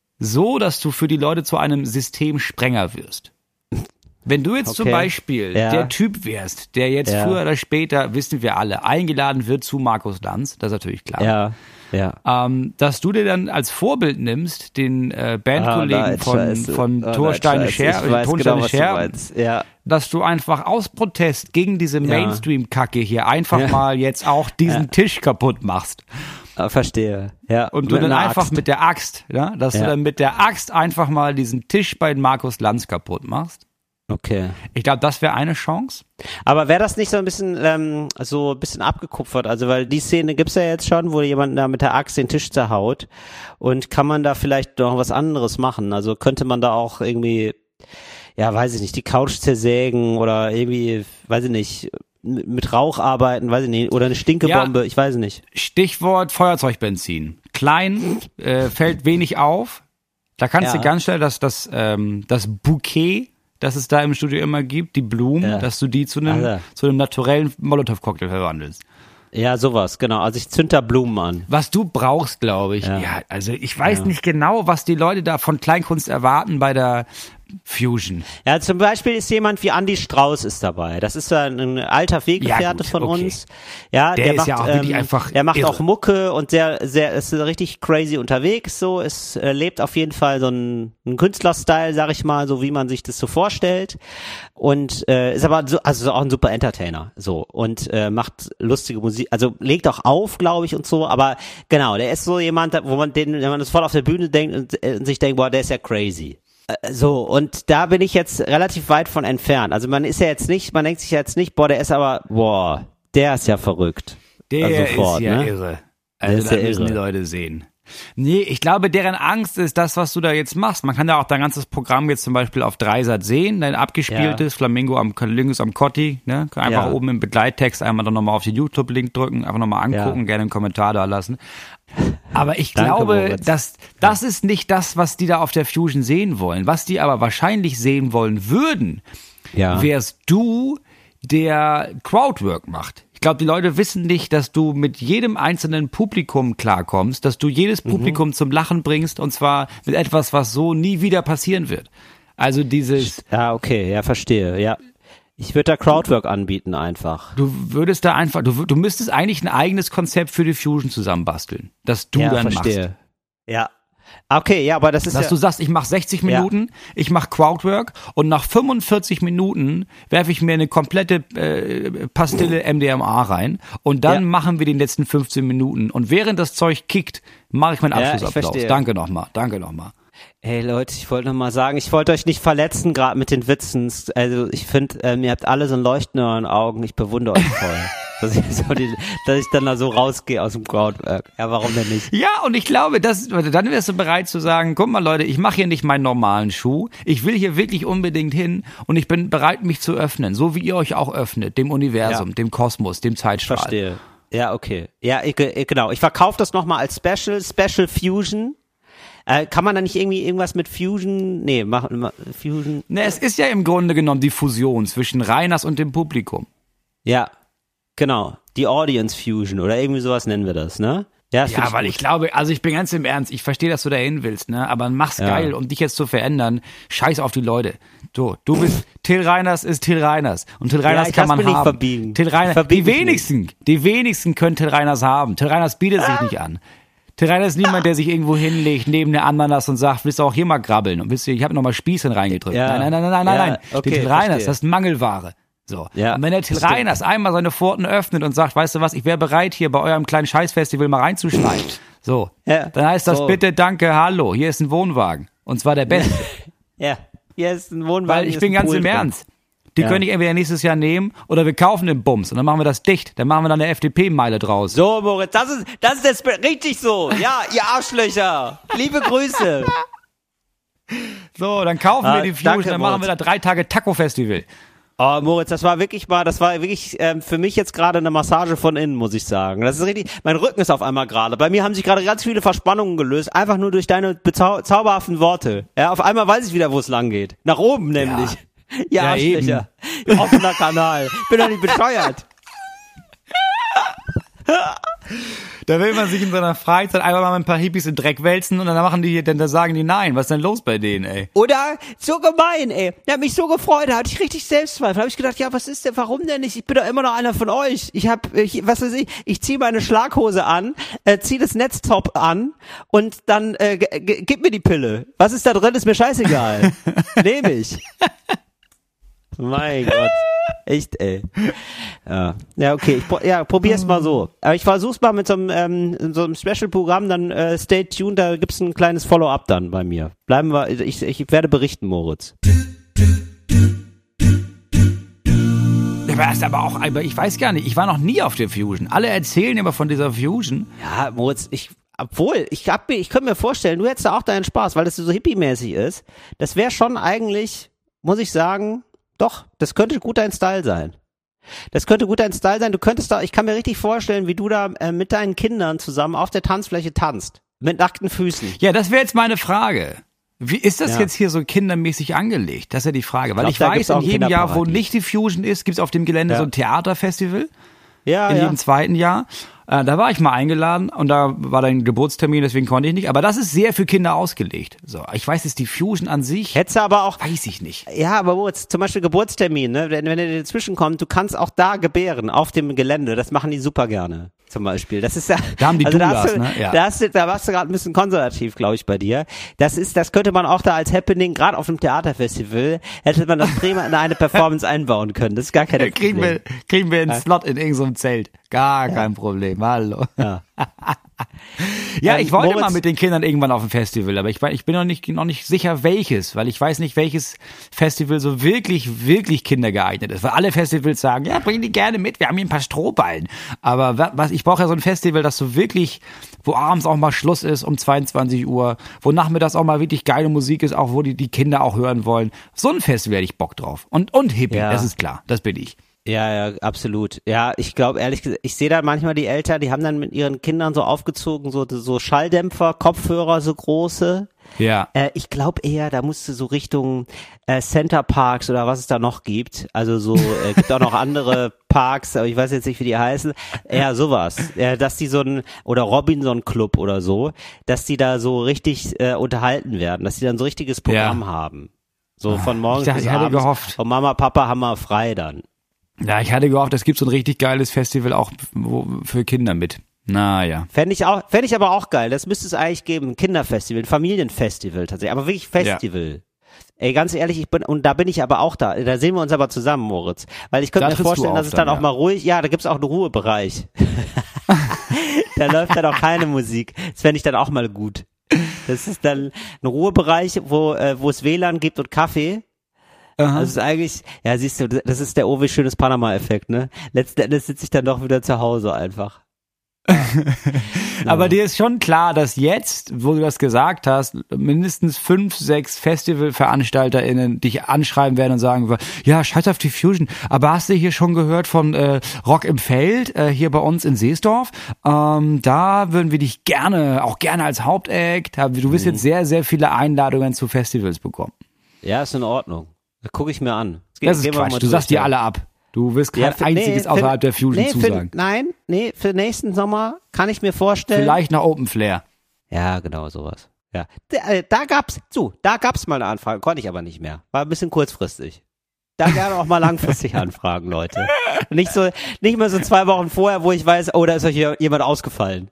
so dass du für die Leute zu einem Systemsprenger wirst. Wenn du jetzt zum Okay. Beispiel Ja. der Typ wärst, der jetzt Ja. früher oder später, wissen wir alle, eingeladen wird zu Markus Lanz, das ist natürlich klar. Ja. Ja. Ähm, dass du dir dann als Vorbild nimmst, den äh, Bandkollegen Ah, nein, von, scheiße. von Oh, nein, Thorsteine scheiße. Scher, Ich weiß Tonsteine genau, was du Scher, meinst. Ja. dass du einfach aus Protest gegen diese Mainstream-Kacke hier einfach Ja. mal jetzt auch diesen Ja. Tisch kaputt machst. Ah, verstehe. Ja. Und du Mit dann einer einfach Axt. mit der Axt, ja, dass du Ja. dann mit der Axt einfach mal diesen Tisch bei Markus Lanz kaputt machst. Okay. Ich glaube, das wäre eine Chance. Aber wäre das nicht so ein bisschen ähm, so ein bisschen abgekupfert? Also weil die Szene gibt's ja jetzt schon, wo jemand da mit der Axt den Tisch zerhaut. Und kann man da vielleicht noch was anderes machen? Also könnte man da auch irgendwie, ja, weiß ich nicht, die Couch zersägen oder irgendwie, weiß ich nicht, m- mit Rauch arbeiten, weiß ich nicht, oder eine Stinkebombe, Ja. ich weiß nicht. Stichwort Feuerzeugbenzin. Klein, äh, fällt wenig auf. Da kannst Ja. du ganz schnell das, das, ähm, das Bouquet, das es da im Studio immer gibt, die Blumen, Ja. dass du die zu einem, Alter. zu einem naturellen Molotow-Cocktail verwandelst. Ja, sowas, genau. Also ich zünd da Blumen an. Was du brauchst, glaube ich. Ja. Ja. also ich weiß nicht genau, was die Leute da von Kleinkunst erwarten bei der Fusion. Ja, zum Beispiel ist jemand wie Andy Strauß ist dabei. Das ist ja ein, ein alter Weggefährte Ja, gut, von okay. uns. Ja, Der der, ist macht, ja auch wirklich ähm, einfach der macht irre. auch Mucke und sehr, sehr, ist richtig crazy unterwegs. So, es äh, lebt auf jeden Fall so ein, ein Künstlerstyle, sag ich mal, so wie man sich das so vorstellt. Und äh, ist aber so, also auch ein super Entertainer. So und äh, macht lustige Musik, also legt auch auf, glaube ich und so. Aber genau, der ist so jemand, wo man den, wenn man das voll auf der Bühne denkt und, äh, und sich denkt, boah, der ist ja crazy. So, und da bin ich jetzt relativ weit von entfernt. Also man ist ja jetzt nicht, man denkt sich ja jetzt nicht, boah, der ist aber, boah, der ist ja verrückt. Der Also sofort, ist ja ne? irre. Also ist das ja müssen irre. die Leute sehen. Nee, ich glaube, deren Angst ist das, was du da jetzt machst. Man kann ja auch dein ganzes Programm jetzt zum Beispiel auf Dreisat sehen, dein abgespieltes Ja. Flamingo am Lingus am Cotti, ne? Einfach Ja. oben im Begleittext einmal dann nochmal auf den YouTube-Link drücken, einfach nochmal angucken, Ja. gerne einen Kommentar da lassen. Aber ich Danke, glaube, Moritz. dass das ist nicht das, was die da auf der Fusion sehen wollen. Was die aber wahrscheinlich sehen wollen würden, Ja. wärst du, der Crowdwork macht. Ich glaube, die Leute wissen nicht, dass du mit jedem einzelnen Publikum klarkommst, dass du jedes Publikum zum Lachen bringst und zwar mit etwas, was so nie wieder passieren wird. Also dieses, Ja, okay, ja, verstehe, ja. Ich würde da Crowdwork anbieten einfach. Du würdest da einfach, du, du müsstest eigentlich ein eigenes Konzept für die Fusion zusammenbasteln, das du ja, dann verstehe. machst. Ja. Okay, ja, aber das ist Dass ja... du sagst, ich mache sechzig Minuten, ja. ich mache Crowdwork und nach fünfundvierzig Minuten werfe ich mir eine komplette äh, Pastille M D M A rein und dann ja. machen wir die letzten fünfzehn Minuten und während das Zeug kickt, mache ich meinen Abschlussapplaus. Ja, danke nochmal, danke nochmal. Hey Leute, ich wollte noch mal sagen, ich wollte euch nicht verletzen, gerade mit den Witzen. Also ich finde, ähm, ihr habt alle so ein Leuchten in euren Augen. Ich bewundere euch voll. dass, ich so die, dass ich dann da so rausgehe aus dem Crowdwork. Ja, warum denn nicht? Ja, und ich glaube, das, dann wärst du bereit zu sagen, guck mal Leute, ich mache hier nicht meinen normalen Schuh. Ich will hier wirklich unbedingt hin und ich bin bereit, mich zu öffnen. So wie ihr euch auch öffnet, dem Universum, ja. dem Kosmos, dem Zeitstrahl. Verstehe. Ja, okay. Ja, ich, ich, genau. Ich verkaufe das nochmal als Special, Special Fusion. Äh, kann man da nicht irgendwie irgendwas mit Fusion? Nee, machen Fusion. Ne, es ist ja im Grunde genommen die Fusion zwischen Reiners und dem Publikum. Ja, genau. Die Audience Fusion oder irgendwie sowas nennen wir das, ne? Ja, das ja weil gut. Ich glaube, also ich bin ganz im Ernst, ich verstehe, dass du dahin willst, ne? Aber mach's ja. geil, um dich jetzt zu verändern. Scheiß auf die Leute. So, du bist, Till Reiners ist Till Reiners. Und Till Reiners ja, kann man haben. Nicht verbiegen. Till Reiners, die wenigsten, nicht. die wenigsten können Till Reiners haben. Till Reiners bietet sich nicht an. Till Reiners ist niemand, der sich irgendwo hinlegt, neben der Ananas und sagt, willst du auch hier mal grabbeln? Und willst du, ich habe nochmal Spießchen reingedrückt. Ja. Nein, nein, nein, nein, nein, ja, nein. okay, Till Reiners, das ist Mangelware. So. Ja, und wenn der Till Reiners einmal seine Pforten öffnet und sagt, weißt du was, ich wäre bereit, hier bei eurem kleinen Scheißfestival mal reinzuschneiden. So. Ja. Dann heißt das so. Bitte, danke, hallo, hier ist ein Wohnwagen. Und zwar der beste. Ja, hier ist ein Wohnwagen. Weil ich bin ganz im Ernst. Die ja. können ich entweder nächstes Jahr nehmen oder wir kaufen den Bums und dann machen wir das dicht. Dann machen wir dann eine F D P-Meile draus. So, Moritz, das ist, das ist jetzt richtig so. Ja, ihr Arschlöcher. Liebe Grüße. So, dann kaufen ah, wir die Fusion, danke, dann machen Moritz. wir da drei Tage Taco-Festival. Oh, Moritz, das war wirklich mal, das war wirklich ähm, für mich jetzt gerade eine Massage von innen, muss ich sagen. Das ist richtig, mein Rücken ist auf einmal gerade. Bei mir haben sich gerade ganz viele Verspannungen gelöst, einfach nur durch deine bezau- zauberhaften Worte. Ja, auf einmal weiß ich wieder, wo es lang geht. Nach oben nämlich. Ja, ja Arschlöcher. Offener Kanal. Bin doch nicht bescheuert. Da will man sich in seiner Freizeit einfach mal mit ein paar Hippies in Dreck wälzen und dann machen die, dann da sagen die nein. Was ist denn los bei denen, ey? Oder so gemein, ey. Der hat mich so gefreut, da hatte ich richtig Selbstzweifel. Da habe ich gedacht, ja, was ist denn, warum denn nicht? Ich bin doch immer noch einer von euch. Ich hab, ich, was weiß ich, ich ziehe meine Schlaghose an, äh, ziehe das Netztop an und dann äh, g- g- gib mir die Pille. Was ist da drin, ist mir scheißegal. Nehme ich. Mein Gott. Echt, ey. Ja, ja okay. Ich pro- ja, probier's mal so. Aber ich versuch's mal mit so einem, ähm, so einem Special-Programm, dann äh, stay tuned, da gibt's ein kleines Follow-up dann bei mir. Bleiben wir, ich, ich werde berichten, Moritz. Du warst aber auch, aber ich weiß gar nicht, ich war noch nie auf der Fusion. Alle erzählen immer von dieser Fusion. Ja, Moritz, ich, obwohl, ich hab mir, ich könnte mir vorstellen, du hättest da auch deinen Spaß, weil das so hippie-mäßig ist. Das wäre schon eigentlich, muss ich sagen, doch, das könnte gut dein Style sein. Das könnte gut dein Style sein. Du könntest da, ich kann mir richtig vorstellen, wie du da äh, mit deinen Kindern zusammen auf der Tanzfläche tanzt. Mit nackten Füßen. Ja, das wäre jetzt meine Frage. Wie ist das ja. jetzt hier so kindermäßig angelegt? Das ist ja die Frage. Weil ich, glaub, ich weiß, in jedem Jahr, wo nicht die Fusion ist, gibt's auf dem Gelände ja. so ein Theaterfestival. Ja, in ja. jedem zweiten Jahr. Äh, da war ich mal eingeladen und da war dein Geburtstermin, deswegen konnte ich nicht. Aber das ist sehr für Kinder ausgelegt. So, ich weiß, ist die Fusion an sich. Hättest du aber auch. Weiß ich nicht. Ja, aber wo jetzt zum Beispiel Geburtstermin, ne? Wenn, wenn er dazwischen kommt, du kannst auch da gebären, auf dem Gelände. Das machen die super gerne. Zum Beispiel. Das ist ja. Da haben die also Doulas, da, du, ne? Ja. da, hast du, da warst du gerade ein bisschen konservativ, glaube ich, bei dir. Das ist, das könnte man auch da als Happening, gerade auf dem Theaterfestival, hätte man das prima in eine Performance einbauen können. Das ist gar keine kriegen Problem. Wir, kriegen wir einen ja. Slot in irgendeinem Zelt. Gar ja. kein Problem. Hallo. Ja. Ja, ich wollte Moritz, mal mit den Kindern irgendwann auf ein Festival, aber ich, ich bin noch nicht, noch nicht sicher welches, weil ich weiß nicht, welches Festival so wirklich, wirklich kindergeeignet ist. Weil alle Festivals sagen, ja, bring die gerne mit, wir haben hier ein paar Strohballen. Aber was, ich brauche ja so ein Festival, das so wirklich, wo abends auch mal Schluss ist um zweiundzwanzig Uhr, wo nachmittags auch mal wirklich geile Musik ist, auch wo die, die Kinder auch hören wollen. So ein Festival hätte ich Bock drauf. Und, und Hippie, ja. das ist klar, das bin ich. Ja, ja, absolut. Ja, ich glaube, ehrlich gesagt, ich sehe da manchmal die Eltern, die haben dann mit ihren Kindern so aufgezogen, so, so Schalldämpfer, Kopfhörer, so große. Ja. Äh, ich glaube eher, da musst du so Richtung äh, Center Parks oder was es da noch gibt. Also so, äh, gibt auch noch andere Parks, aber ich weiß jetzt nicht, wie die heißen. Eher sowas. Äh, dass die so ein, oder Robinson Club oder so, dass die da so richtig äh, unterhalten werden, dass die dann so richtiges Programm ja. haben. So von morgens ich dachte, bis ich hatte abends. gehofft. Und Mama, Papa haben wir frei dann. Ja, ich hatte gehofft, es gibt so ein richtig geiles Festival auch für Kinder mit. Naja. Fände ich auch, fände ich aber auch geil. Das müsste es eigentlich geben. Ein Kinderfestival, ein Familienfestival tatsächlich. Aber wirklich Festival. Ja. Ey, ganz ehrlich, ich bin, und da bin ich aber auch da. Da sehen wir uns aber zusammen, Moritz. Weil ich könnte mir vorstellen, dass es dann, dann auch ja. mal ruhig, ja, da gibt's auch einen Ruhebereich. Da läuft dann auch keine Musik. Das fände ich dann auch mal gut. Das ist dann ein Ruhebereich, wo, äh, wo es W L A N gibt und Kaffee. Aha. Das ist eigentlich, ja, siehst du, das ist der Owe schönes Panama-Effekt, ne? Letzten Endes sitze ich dann doch wieder zu Hause einfach. Ja. Aber dir ist schon klar, dass jetzt, wo du das gesagt hast, mindestens fünf, sechs FestivalveranstalterInnen dich anschreiben werden und sagen, ja, scheiß auf die Fusion, aber hast du hier schon gehört von äh, Rock im Feld, äh, hier bei uns in Seesdorf? Ähm, da würden wir dich gerne, auch gerne als Hauptact, du wirst mhm. jetzt sehr, sehr viele Einladungen zu Festivals bekommen. Ja, ist in Ordnung. Das gucke ich mir an. Das, das ist Quatsch, du sagst dir alle ab. Du wirst kein ja, für, einziges nee, außerhalb für, der Fusion nee, zusagen. Für, nein, nee, für nächsten Sommer kann ich mir vorstellen. Vielleicht nach Open Flair. Ja, genau, sowas. Ja, da, da gab's, zu, da gab's mal eine Anfrage, konnte ich aber nicht mehr. War ein bisschen kurzfristig. Da gerne auch mal langfristig anfragen, Leute. Nicht so, nicht mehr so zwei Wochen vorher, wo ich weiß, oh, da ist euch hier jemand ausgefallen.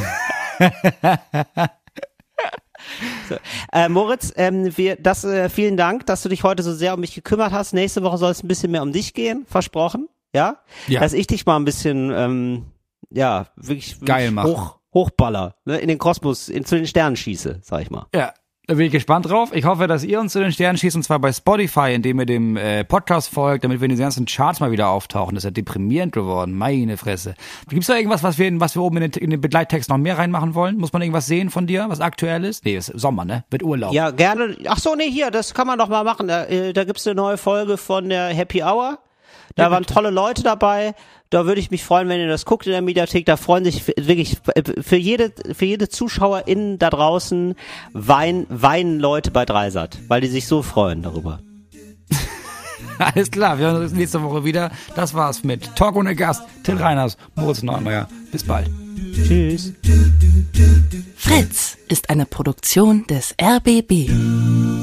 So. Äh, Moritz, ähm, wir, das, äh, vielen Dank, dass du dich heute so sehr um mich gekümmert hast. Nächste Woche soll es ein bisschen mehr um dich gehen, versprochen, ja? ja. Dass ich dich mal ein bisschen, ähm, ja, wirklich, wirklich geil machen. Hoch, hochballer, ne, in den Kosmos, in, zu den Sternen schieße, sag ich mal. Ja. Da bin ich gespannt drauf. Ich hoffe, dass ihr uns zu den Sternen schießt, und zwar bei Spotify, indem ihr dem äh, Podcast folgt, damit wir in den ganzen Charts mal wieder auftauchen. Das ist ja deprimierend geworden. Meine Fresse. Gibt's da irgendwas, was wir, was wir oben in den, in den Begleittext noch mehr reinmachen wollen? Muss man irgendwas sehen von dir, was aktuell ist? Nee, ist Sommer, ne? Wird Urlaub. Ja, gerne. Ach so, nee, hier, das kann man doch mal machen. Da, äh, da gibt's eine neue Folge von der Happy Hour. Da ja, waren tolle Leute dabei. Da würde ich mich freuen, wenn ihr das guckt in der Mediathek. Da freuen sich wirklich für jede, für jede ZuschauerInnen da draußen weinen, weinen Leute bei Dreisat, weil die sich so freuen darüber. Alles klar, wir hören uns nächste Woche wieder. Das war's mit Talk ohne Gast. Till Reiners, Moritz Neumeier. Bis bald. Tschüss. Fritz ist eine Produktion des R B B.